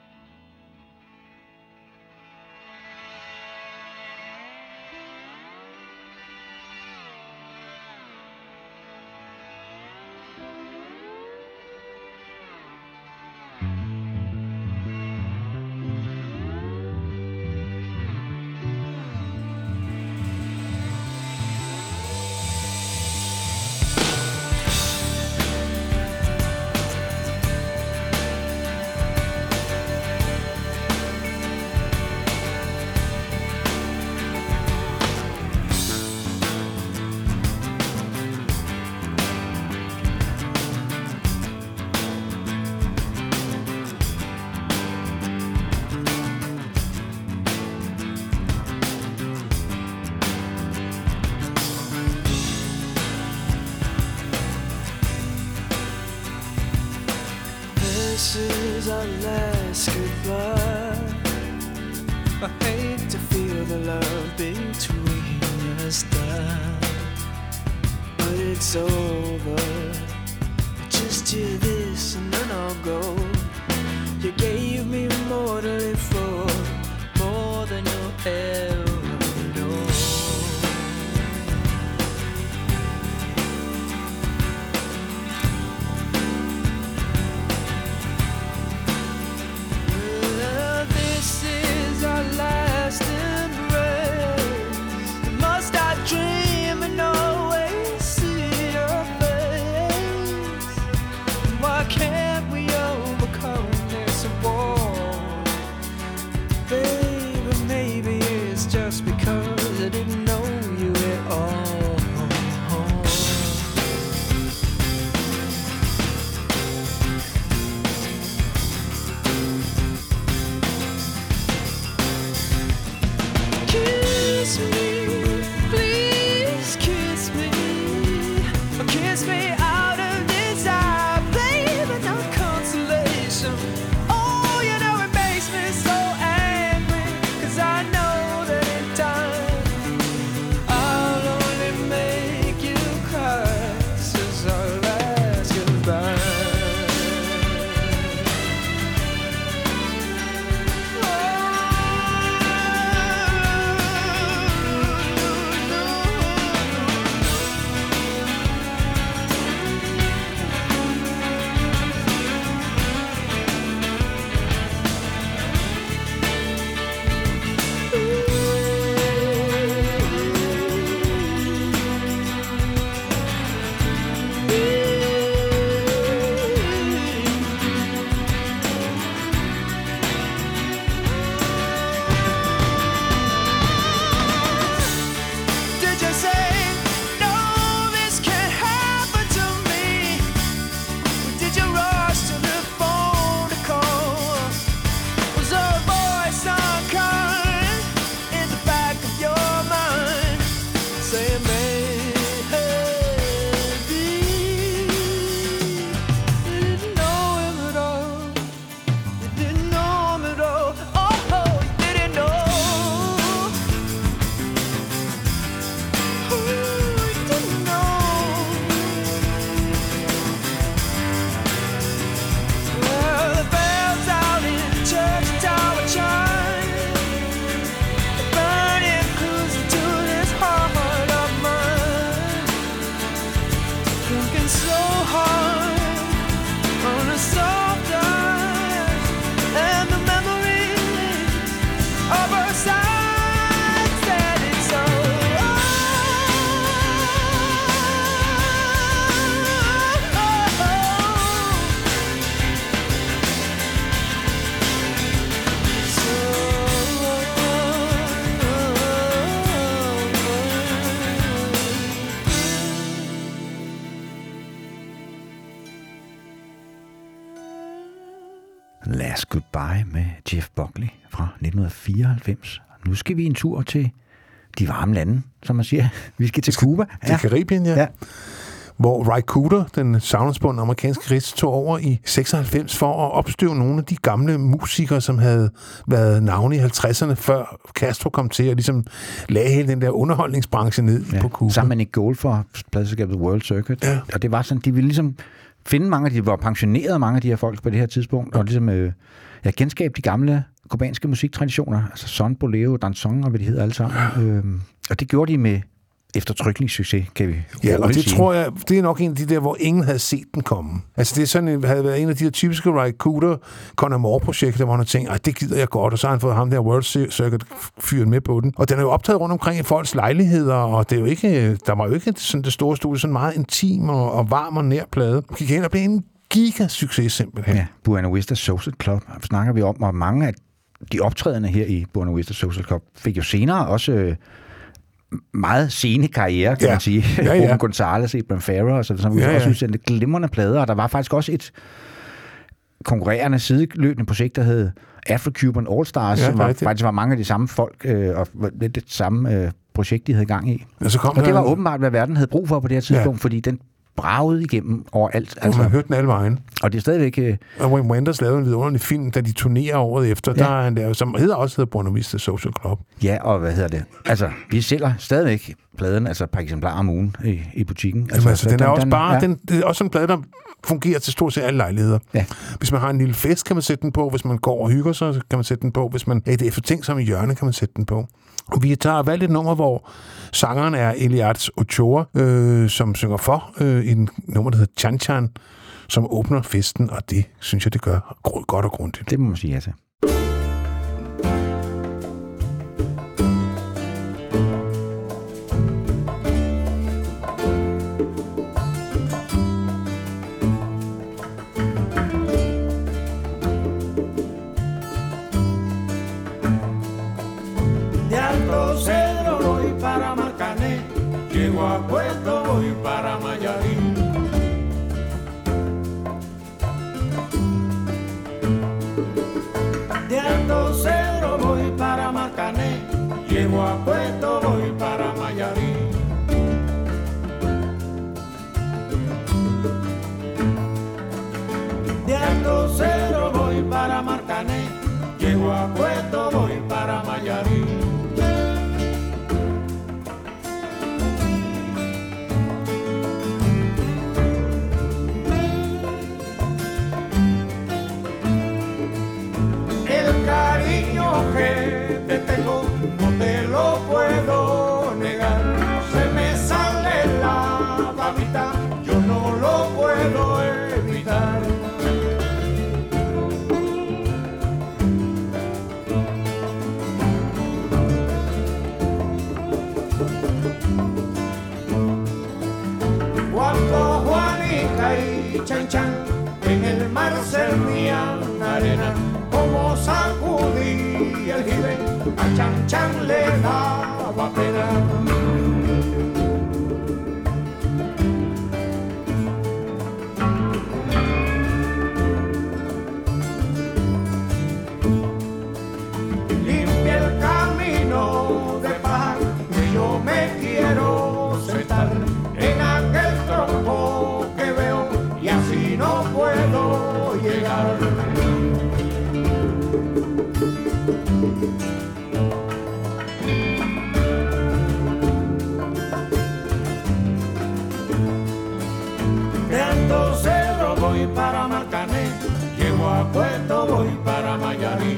This is our last goodbye. I hate to feel the love between us die, but it's over. Just hear this and then I'll go. You gave me more to live for, more than you'll ever know. Well, this is our last embrace. Must I dream and always see your face? Why can't we overcome this wall? Baby, maybe it's just because I didn't know you at all. Kiss me, please kiss me. Kiss me out of desire, baby, not consolation. Oh, you know it makes me so angry, 'cause I know that in time I'll only make you cry. This is our last goodbye. Did you say, no, this can't happen to me? Did you rush to the phone to call? Was there a voice unkind in the back of your mind saying, maybe you didn't know him at all? You didn't know him at all. Oh, you didn't know. Oh, you didn't know. Well, the bells out in the church tower chime. The burning cruising to this heart of mine. Thinking so hard on a soft ice, and the memories of our sides that it's so. Last Goodbye med Jeff Buckley fra nitten fireoghalvfems. Nu skal vi en tur til de varme lande, som man siger. Vi skal til Cuba. Til Karibien, ja. Ja. hvor Ry Cooder, den savnomsbundne amerikanske krist, tog over i seksoghalvfems for at opstøve nogle af de gamle musikere, som havde været navne i halvtredserne, før Castro kom til og ligesom lagde hele den der underholdningsbranche ned ja, på Cuba. Sammen med Nick Gold for pladselskabet World Circuit. Ja. Og det var sådan, de ville ligesom finde mange af de, var pensioneret mange af de her folk på det her tidspunkt, og ligesom øh, ja, genskabe de gamle kubanske musiktraditioner, altså son, bolero, danzón og hvad de hedder alle sammen. Ja. Øhm, og det gjorde de med eftertrykkelig succes, kan vi ja, og det sige. tror jeg, det er nok en af de der, hvor ingen havde set den komme. Altså det er sådan, en, havde været en af de der typiske Ry Cooder, Conor Moore-projekter, hvor han tænkte, det gider jeg godt, og så har han fået ham der World Circuit fyret med på den. Og den er jo optaget rundt omkring i folks lejligheder, og det er jo ikke, der var jo ikke sådan det store studie, sådan meget intim og, og varm og nær plade. Gik hen og blev en gigasucces simpelthen. Ja, Buena Vista Social Club snakker vi om, og mange af de optrædende her i Buena Vista Social Club fik jo senere også øh, meget sene karriere, kan ja. man sige. Ja, ja. Gonzales, Abraham Farah, og så, som vi ja, ja. også udsendte glimrende plader, og der var faktisk også et konkurrerende sideløbende projekt, der hed Afro-Cuban All-Stars, ja, som var, faktisk var mange af de samme folk, øh, og det, det samme øh, projekt, de havde gang i. Ja, så kom og det var åbenbart, hvad verden havde brug for på det her tidspunkt, ja. fordi den bragede igennem overalt. Altså. Man har hørt den alle vejen. Og det er stadigvæk... Øh... Og Wim Wenders lavede en vidunderlig film, da de turnerer året efter, ja. der er han der, som hedder også hedder Buena Vista Social Club. Ja, og hvad hedder det? Altså, vi sælger stadigvæk pladen, altså par eksemplarer om ugen i, i butikken. Altså, Jamen, altså den, den er også den, bare... Ja. Den, det er også en plade, der fungerer til stort set alle lejligheder. Ja. Hvis man har en lille fest, kan man sætte den på. Hvis man går og hygger sig, så kan man sætte den på. Hvis man er et eftertænksomt hjørne, kan man sætte den på. Og vi tager valgt et nummer, hvor sangeren er Elias Ochoa, øh, som synger for øh, i en nummer, der hedder Chan Chan, som åbner festen, og det synes jeg, det gør godt og grundigt. Det må man sige ja til. A Puerto voy para Mayarí. De Alto Cedro voy para Marcané. Llego a Puerto voy para Mayarí. De Alto Cedro voy para Marcané. Llego a Puerto voy para Mayarí. Que te tengo, no te lo puedo negar. Se me sale la babita, yo no lo puedo evitar. Cuando Juanica y Chan Chan en el mar servían arena, como sacudí el jibe, a Chan Chan le daba pena. Limpia el camino de paz, que yo me quiero sentar en aquel tronco que veo y así no puedo llegar. De Alto Cedro voy para Marcané, llego a Puerto voy para Mayarí.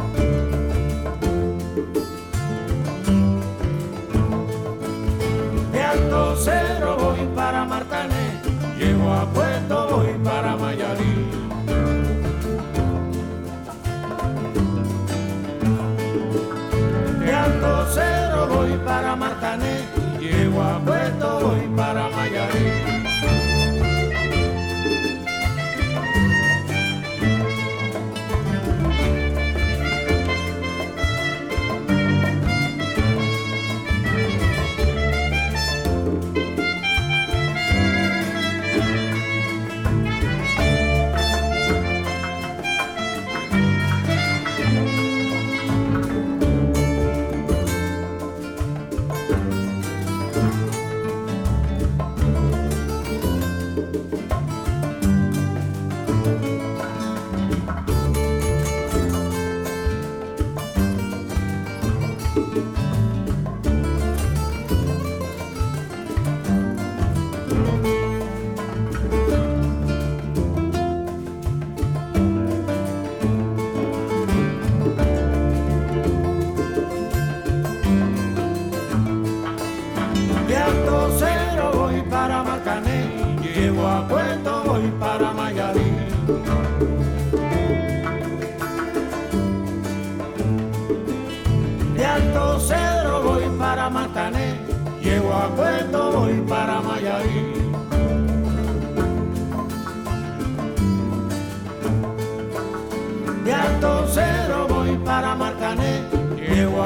De Alto Cedro voy para Marcané, llego a Puerto voy para Mayarí. De Alto Cedro voy para Marcané, llego a Puerto voy para Mayarí.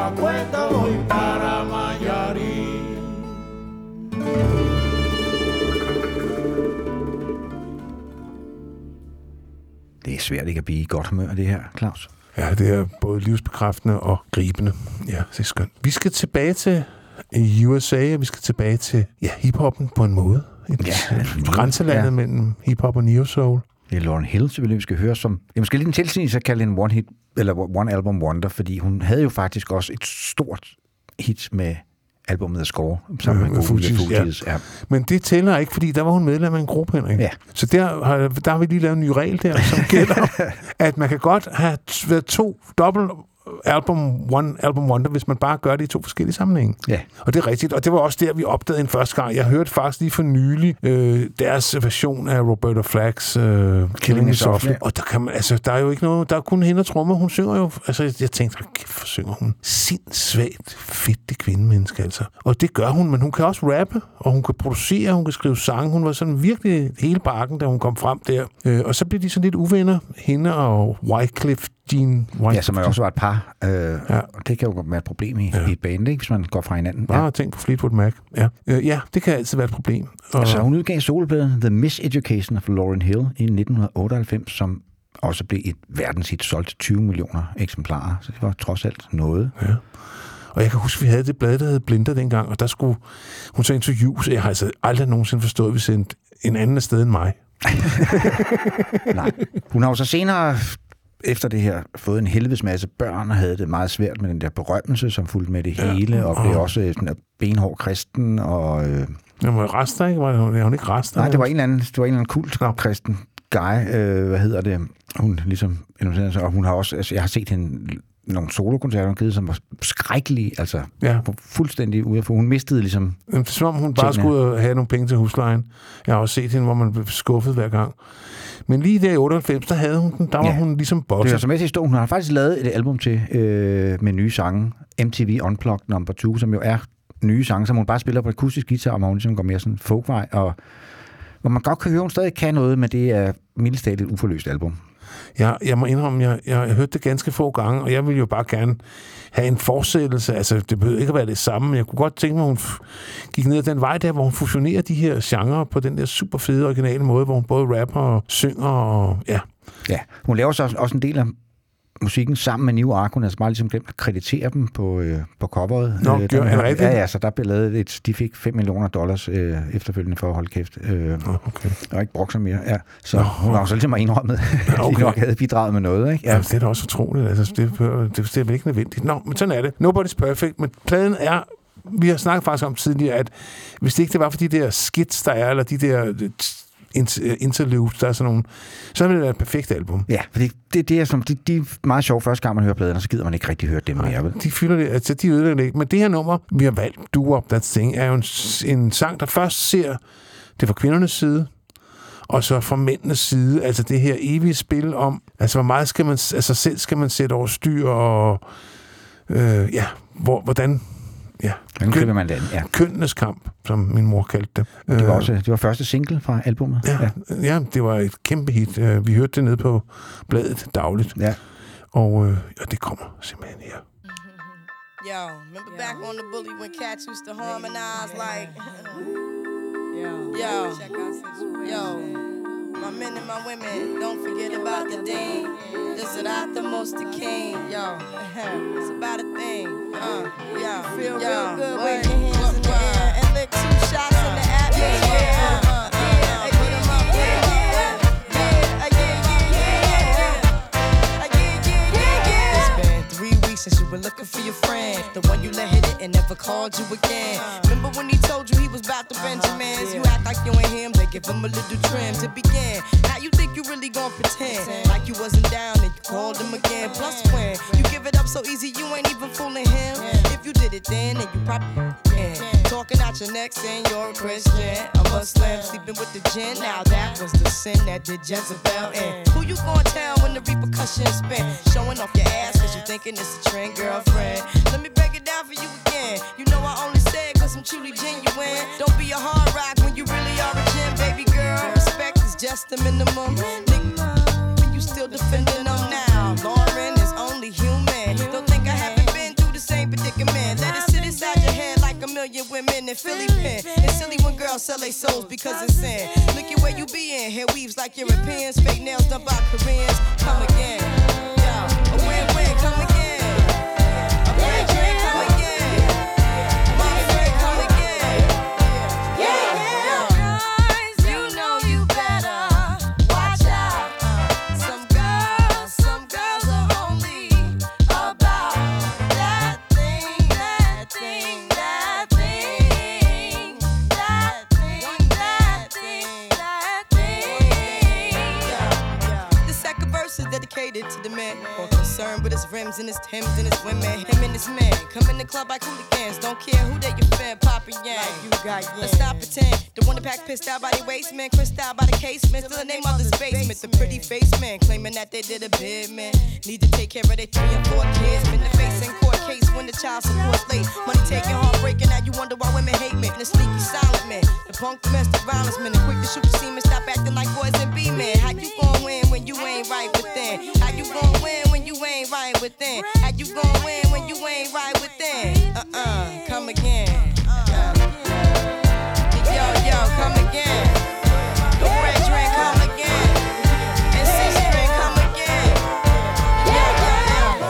cuesta voy para Mayarí. Det er svært ikke at blive i godt humør, det her, Claus. Ja, det er både livsbekræftende og gribende. Ja, det er skønt. Vi skal tilbage til U S A, og vi skal tilbage til ja, hiphoppen på en måde. Et ja, grænselandet ja. mellem hiphop og neo-soul. Det er Lauryn Hill, selvfølgelig, vi skal høre som... Jeg måske lige en tilsnigelse at kalde en one hit, eller one album wonder, fordi hun havde jo faktisk også et stort hit med albumet Score, sammen ja, med Fugees. Ja. Ja. Men det tæller ikke, fordi der var hun medlem af en gruppe, Henrik. Ja. Så der har, der har vi lige lavet en ny regel der, som gælder, at man kan godt have været to dobbelt album, one album wonder, hvis man bare gør det i to forskellige sammenhænge. Ja. Og det er rigtigt, og det var også der, vi opdagede en første gang. Jeg hørte faktisk lige for nylig øh, deres version af Roberta Flacks øh, Killing Me Softly. Og der kan man, altså, der er jo ikke noget, der er kun hende og trommer. Hun synger jo, altså, jeg tænkte, kæft, synger hun sindssvagt fedt, det kvindemenneske, altså. Og det gør hun, men hun kan også rappe, og hun kan producere, hun kan skrive sange. Hun var sådan virkelig hele bakken, da hun kom frem der. Øh, og så blev de sådan lidt uvenner, hende og Wycliffe Jean White. Ja, som er også var et par. Øh, ja. Og det kan jo være et problem i, ja. i et band, ikke, hvis man går fra hinanden. Bare ja. tænk på Fleetwood Mac. Ja. Øh, ja, det kan altid være et problem. Og altså, hun udgav solopladen The Miseducation of Lauryn Hill i nitten otteoghalvfems, som også blev et verdenshit, solgt tyve millioner eksemplarer. Så det var trods alt noget. Ja. Og jeg kan huske, vi havde det blad, der hed Blinter dengang, og der skulle hun så interviews. Jeg har altså aldrig nogensinde forstået, at vi sendte en anden sted end mig. Nej. Hun har jo så senere efter det her fået en helvedes masse børn og havde det meget svært med den der berømmelse, som fulgte med det ja. hele, og blev også sådan en benhård kristen, og... Øh... Jamen, var rester, ikke? Var hun, hun ikke rester? Nej, det var en eller anden, det var en eller anden kult no. kristen guy, øh, hvad hedder det? Hun ligesom, og hun har også, altså jeg har set hende nogle solokoncerter, hun givet, som var skrækkelige, altså ja. fuldstændig ude af, for hun mistede ligesom... Jamen, det er som om, hun bare skulle ud og have nogle penge til huslejen. Jeg har også set hende, hvor man blev skuffet hver gang. Men lige der i otteoghalvfems, der havde hun den, der ja. var hun ligesom bosset. Det er så med til at stå, hun har faktisk lavet et album til øh, med nye sange, M T V Unplugged number to, som jo er nye sange, som hun bare spiller på akustisk guitar, og hun ligesom går mere sådan folkvej, og hvor man godt kan høre, hun stadig kan noget, men det er mildest talt et uforløst album. Ja, jeg må indrømme, jeg, jeg, jeg hørte det ganske få gange, og jeg ville jo bare gerne have en fortsættelse. Altså, det behøver ikke at være det samme, men jeg kunne godt tænke mig, at hun gik ned ad den vej der, hvor hun fusionerer de her genrer på den der super fede, originale måde, hvor hun både rapper og synger og ja. Ja, hun laver så også en del af musikken sammen med New Ark. Hun har bare ligesom glemt at kreditere dem på, øh, på coveret. Nå, øh, gør han rigtigt? Ja, ja, så der blev lavet et, de fik fem millioner dollars øh, efterfølgende for at holde kæft. Øh, oh, okay. Og ikke brugt sig mere. Ja. Så oh, hun har også ligesom indrømmet, at okay. de nok havde bidraget med noget. Ikke? Ja, ja, det er da også utroligt. Altså, det, det, det er vel ikke nødvendigt. Nå, men sådan er det. Nobody's perfect, men pladen er... Vi har snakket faktisk om tidligere, at hvis det ikke det var for de der skits, der er, eller de der... interludes, der er sådan nogle, så vil det være et perfekt album. Ja, fordi det, det er, som, de, de er meget sjove første gang, man hører pladen, og så gider man ikke rigtig høre dem mere. Nej, de fylder det, altså de ødelægger det ikke. Men det her nummer, vi har valgt, Do Up That Thing, er jo en, en sang, der først ser det fra kvindernes side, og så fra mændenes side, altså det her evige spil om, altså hvor meget skal man, altså selv skal man sætte over styr, og øh, ja, hvor, hvordan ja, Køn, man den, ja. kønnenes kamp, som min mor kaldte det. Det var også det var første single fra albumet. Ja, ja. ja, det var et kæmpe hit. Vi hørte det nede på bladet dagligt. Ja. Og øh, ja, det kommer simpelthen her. Yo, remember back on the bully when cats used to harmonize like Yo, yo, yo, my men and my women, don't forget about the dean. This is not the most the king, yo. It's about a thing, uh, yo, feel yo, real good, wave your hands in the air and lick two shots in the atmosphere. Uh, uh, yeah, put 'em up, yeah, yeah, yeah, yeah, yeah, yeah, yeah, yeah. It's been three weeks since you were looking for your friend, the one you let hit it and never called you again. Remember when he told you he was about to Benjamins? You act like you ain't him, they give him a little trim to begin. Now you think you really gon' pretend like you wasn't down and you called him again. Plus when you give it up so easy, you ain't even fooling him. If you did it then, then you probably can. Talking out your neck saying you're a Christian, a Muslim, sleeping with the gin. Now that was the sin that did Jezebel in. Who you gon' tell when the repercussions spin? Showing off your ass cause you thinking it's a trend, girlfriend. Let me break it down for you again. You know I only say it cause I'm truly genuine. Don't be a hard rock when you really are a gem, baby girl. Respect is just the minimum. Nigga, you still defending them now. Lauren is only human. Don't think I haven't been through the same predicament. sell their souls because it's sin. Look at where you be in. Hair weaves like Europeans, fake nails done by Koreans. Come again, yeah. A win-win, come again. A bread drink, come again. Mommy bread, come again. Yeah, yeah. Guys, you know you better watch out. Some girls, some girls are only about that thing, that thing, that thing, that thing, that thing, that thing. The second verse is dedicated to the man more concerned with his rims and his Timbs and his women. Him and his man come in the club like hooligans. Don't care who they your fan, Papa Yang. Like you got yeah. Let's not pretend. The one that pack pissed out by the waist, man, crissed out by the casement. Still the name of this basement. The pretty face man claiming that they did a bid, man. Need to take care of their three and four kids. Been the face in court case when the child support's late. Money taking, heartbreaking. Now you wonder why women hate men. The sneaky silent man. The punk domestic violence man. The quick to shoot the semen. Stop acting like boys and be men. How you gon' win when you ain't right within? How you gon' win when you ain't right within? How you gon' win when you ain't right within? Uh-uh, come again. Uh. Yo, yo, come again. The red drink, come again. And six drink, come again. Yeah, yeah,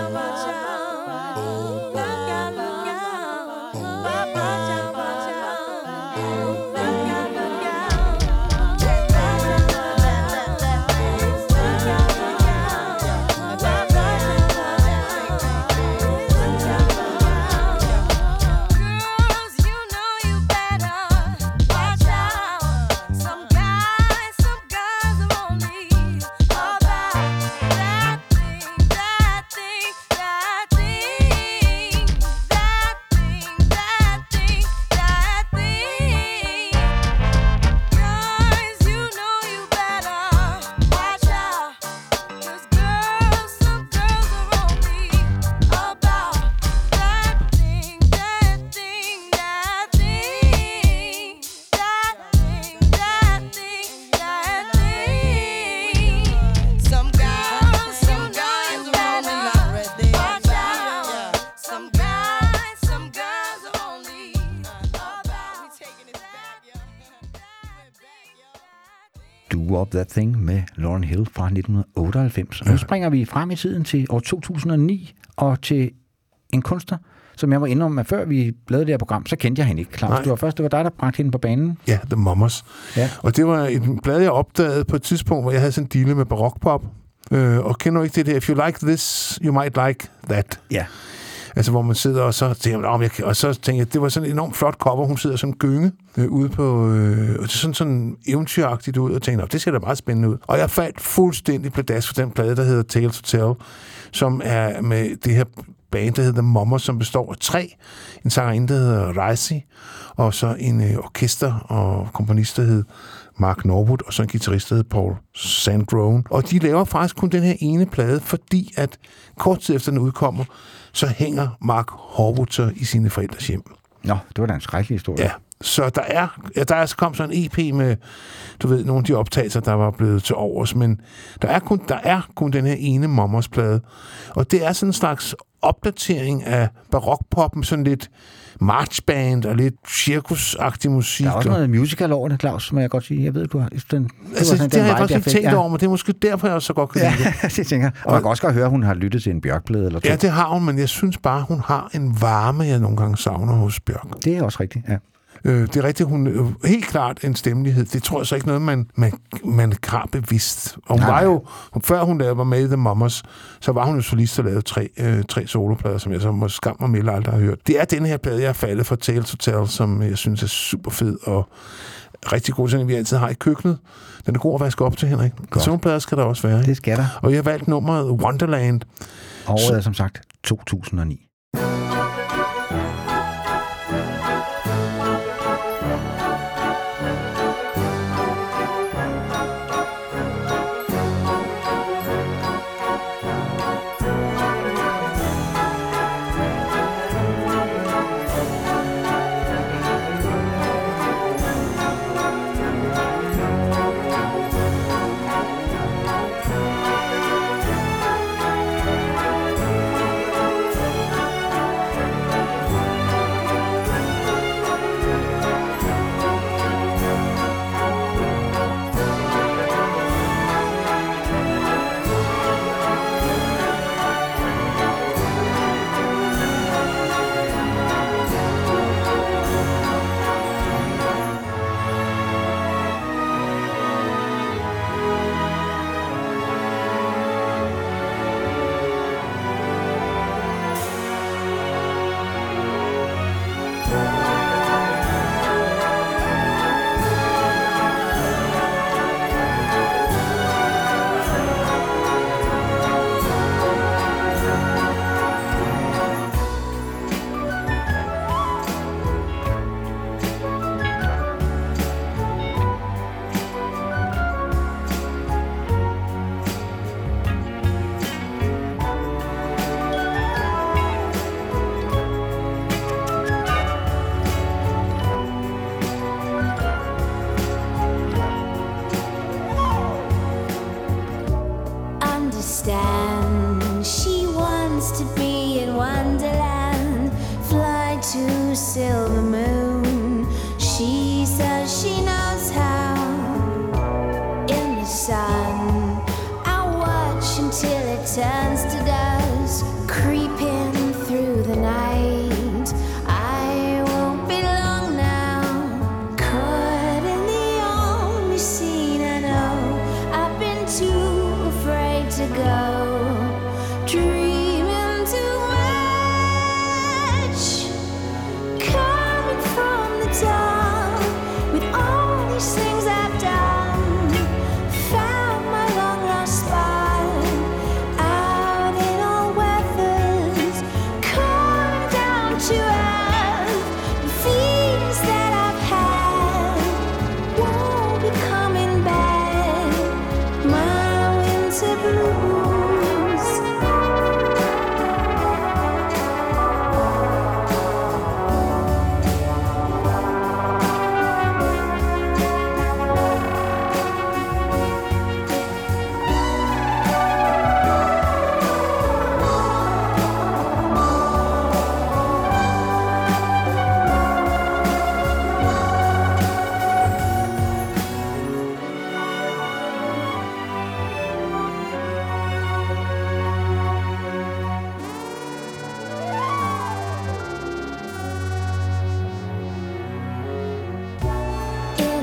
Do Up That Thing med Lauryn Hill fra nitten otteoghalvfems. Og nu springer vi frem i tiden til år to tusind og ni og til en kunstner, som jeg var inde om, at før vi lavede det her program, så kendte jeg hende ikke. Claus, det var først, det var dig, der bragte hende på banen. Ja, The Mummers. Ja. Og det var en plade, jeg opdagede på et tidspunkt, hvor jeg havde sådan en deal med barokpop. Øh, og kender du ikke det der? If you like this, you might like that. Ja. Altså, hvor man sidder og så tænker, om jeg kan, og så tænker jeg, det var sådan en enormt flot cover. Hun sidder som en gynge øh, ude på, øh, og det er sådan sådan eventyragtigt ud, og tænker, det ser da meget spændende ud. Og jeg faldt fuldstændig plads for den plade, der hedder Tale to Tell, som er med det her band, der hedder The Mummers, som består af tre. En sangerinde, der hedder Ricey, og så en øh, orkester og komponist, der hedder Mark Norwood, og så en guitarist, der hedder Paul Sandgrone. Og de laver faktisk kun den her ene plade, fordi at kort tid efter den udkommer, så hænger Mark Horwood så i sine forældres hjem. Nå, det var da en skrækkelig historie. Ja, så der er, ja, der er så kom så en E P med, du ved, nogle af de optagelser, der var blevet til overs, men der er kun, der er kun den her ene Mummers-plade, og det er sådan en slags opdatering af barokpoppen, sådan lidt marchband og lidt cirkusagtig musik. Der er også noget musical over det, Claus, må jeg godt sige. Jeg ved, du har... Den, det altså, sådan, det har jeg faktisk ikke tænkt ja. over, men det er måske derfor, jeg så godt kan lide ja, det. tænker jeg. Og, og man kan også godt høre, at hun har lyttet til en Bjørk-plade eller to. Ja, det har hun, men jeg synes bare, hun har en varme, jeg nogle gange savner hos Bjørk. Det er også rigtigt, ja. Øh, det er rigtigt, hun er helt klart en stemmelighed. Det tror jeg så ikke noget, man, man, man har bevidst. Og hun nej, var jo, før hun lavede, var med i The Mummers, så var hun jo solist og lavede tre, øh, tre soloplader, som jeg så må skam mig med aldrig har hørt. Det er den her plade, jeg er faldet for, Tale to Tell, som jeg synes er super fed og rigtig god, sådan vi altid har i køkkenet. Den er god at vaske op til, Henrik. Sådan nogle plader skal der også være. Ikke? Det skal der. Og jeg har valgt nummeret Wonderland. Året er som sagt to tusind og ni.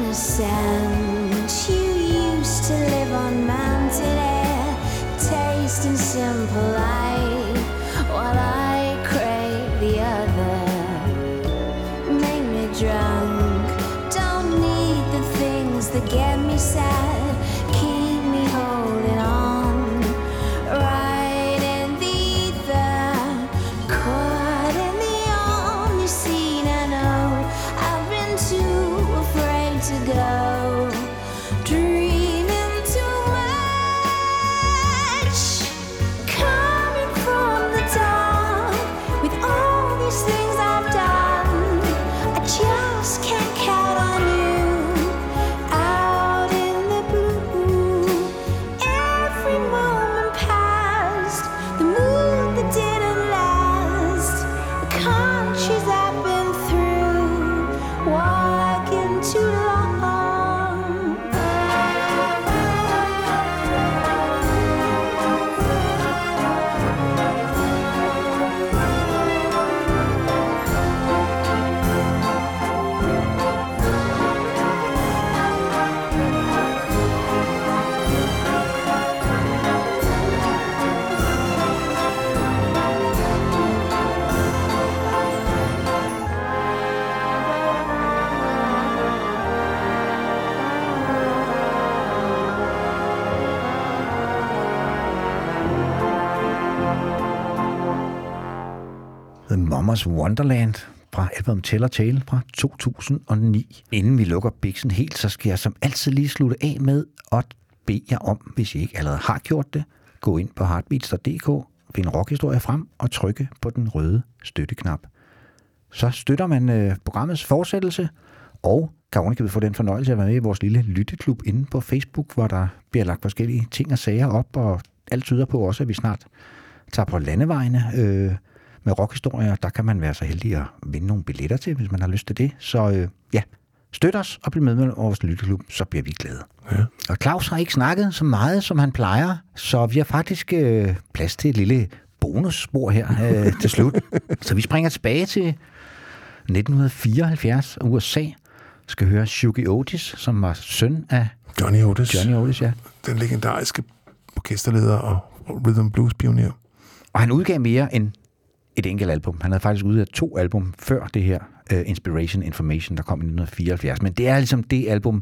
understand. You used to live on mountain air, tasting simple light, while I crave the other. Make me drunk, don't need the things that get me sad. Keep me holding on, right in the ether, caught in the only scene I know. I've been too afraid to go, dreaming too much, coming from the dark with all these things I've done. I just can't count on you out in the blue. Every moment passed, the mood that didn't last, the countries I've been through, walking too long. The Mummers Wonderland fra albumet Tell or Tale fra to tusind og ni. Inden vi lukker biksen helt, så skal jeg som altid lige slutte af med at bede jer om, hvis I ikke allerede har gjort det, gå ind på heartbeats punktum d k, find rockhistorie frem og trykke på den røde støtteknap. Så støtter man øh, programmets fortsættelse, og kan ovenikøbet få den fornøjelse at være med i vores lille lytteklub inde på Facebook, hvor der bliver lagt forskellige ting og sager op, og alt tyder på også, at vi snart tager på landevejene øh, med rockhistorier. Der kan man være så heldig at vinde nogle billetter til, hvis man har lyst til det. Så øh, ja, støt os og bliv med med vores lytteklub, så bliver vi glade. Ja. Og Claus har ikke snakket så meget, som han plejer, så vi har faktisk øh, plads til et lille bonusspor her øh, til slut. Så vi springer tilbage til nitten fireoghalvfjerds, U S A. Skal høre Shuggie Otis, som var søn af Johnny Otis. Johnny Otis, ja. Den legendariske orkesterleder og rhythm blues pioner. Og han udgav mere end et enkelt album. Han havde faktisk udgivet to album før det her uh, Inspiration Information, der kom i nitten fireoghalvfjerds. Men det er ligesom det album,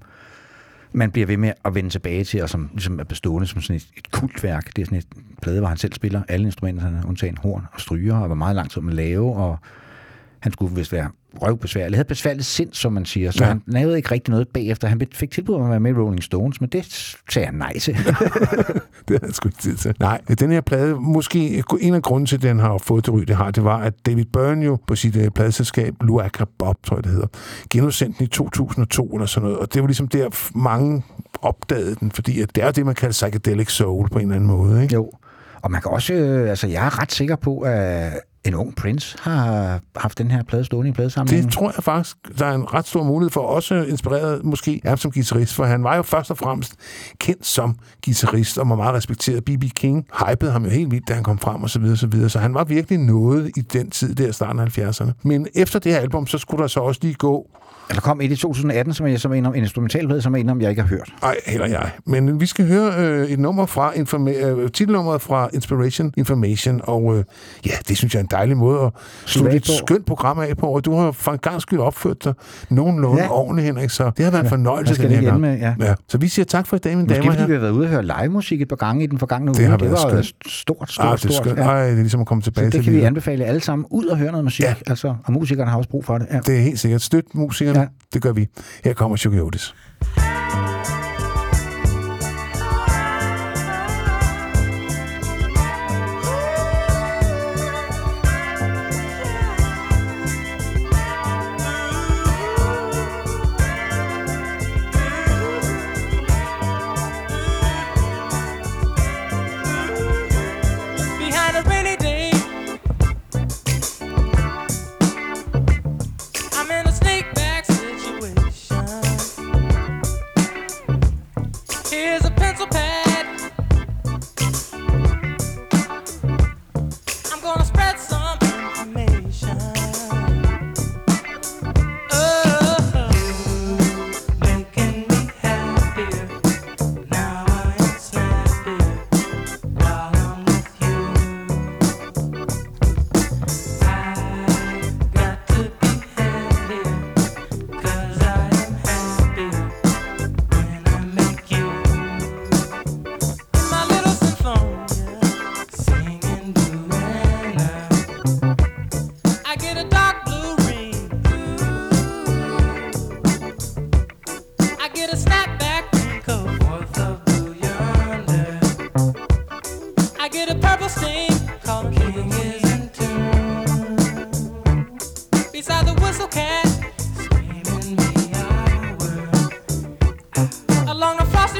man bliver ved med at vende tilbage til, og som ligesom er bestående som sådan et, et kultværk. Det er sådan et plade, hvor han selv spiller alle instrumenterne, undtagen horn og stryger, og var meget langt om at lave, og han skulle vist være røvbesværlig. Han havde besværligt sind, som man siger, så ja. Han lavede ikke rigtig noget bagefter. Han fik tilbud om at være med i Rolling Stones, men det sagde han nej til. Det havde jeg sgu ikke tid til. Nej, den her plade, måske en af grunden til, at den har fået det ry, det har, det var, at David Byrne jo på sit uh, pladeselskab, Luaca Bob, tror jeg det hedder, genudsendte den i to tusind og to eller sådan noget, og det var ligesom der, mange opdagede den, fordi at det er det, man kalder psychedelic soul på en eller anden måde, ikke? Jo, og man kan også, øh, altså jeg er ret sikker på, at en ung Prince har haft den her plade stående i pladesamlingen. Det tror jeg faktisk, der er en ret stor mulighed for, også inspireret måske af som guitarist, for han var jo først og fremmest kendt som guitarist, og var meget respekteret. B B King hypede ham jo helt vildt, da han kom frem, og så videre, så videre. Så han var virkelig noget i den tid, der starten af halvfjerdserne. Men efter det her album, så skulle der så også lige gå. Der kom et i to tusind atten, som er, som er en, en instrumentalplade, som er en, om jeg ikke har hørt. Nej, heller jeg. Men vi skal høre øh, et nummer fra informa- øh, titelnummeret fra Inspiration Information, og øh, ja, det synes jeg er en dejlig måde at slutte et skønt program af på, og du har for en gang skyld opført dig nogenlunde ja. ordentligt, Henrik, så det har været en fornøjelse den her gang. Med, ja. Ja. Så vi siger tak for i dag, mine damer. Måske fordi vi har været ude og høre live-musik et par gange i den forgangne uge. Det har det været var skønt. stort, stort, ah, det er stort. Ja. Ej, det er ligesom at komme tilbage så til det kan det. vi anbefale alle sammen ud og høre noget musik, ja. altså, og musikerne har også brug for det. Ja. Det er helt sikkert. Støt musikerne, ja. Det gør vi. Her kommer Shuggie Otis.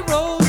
road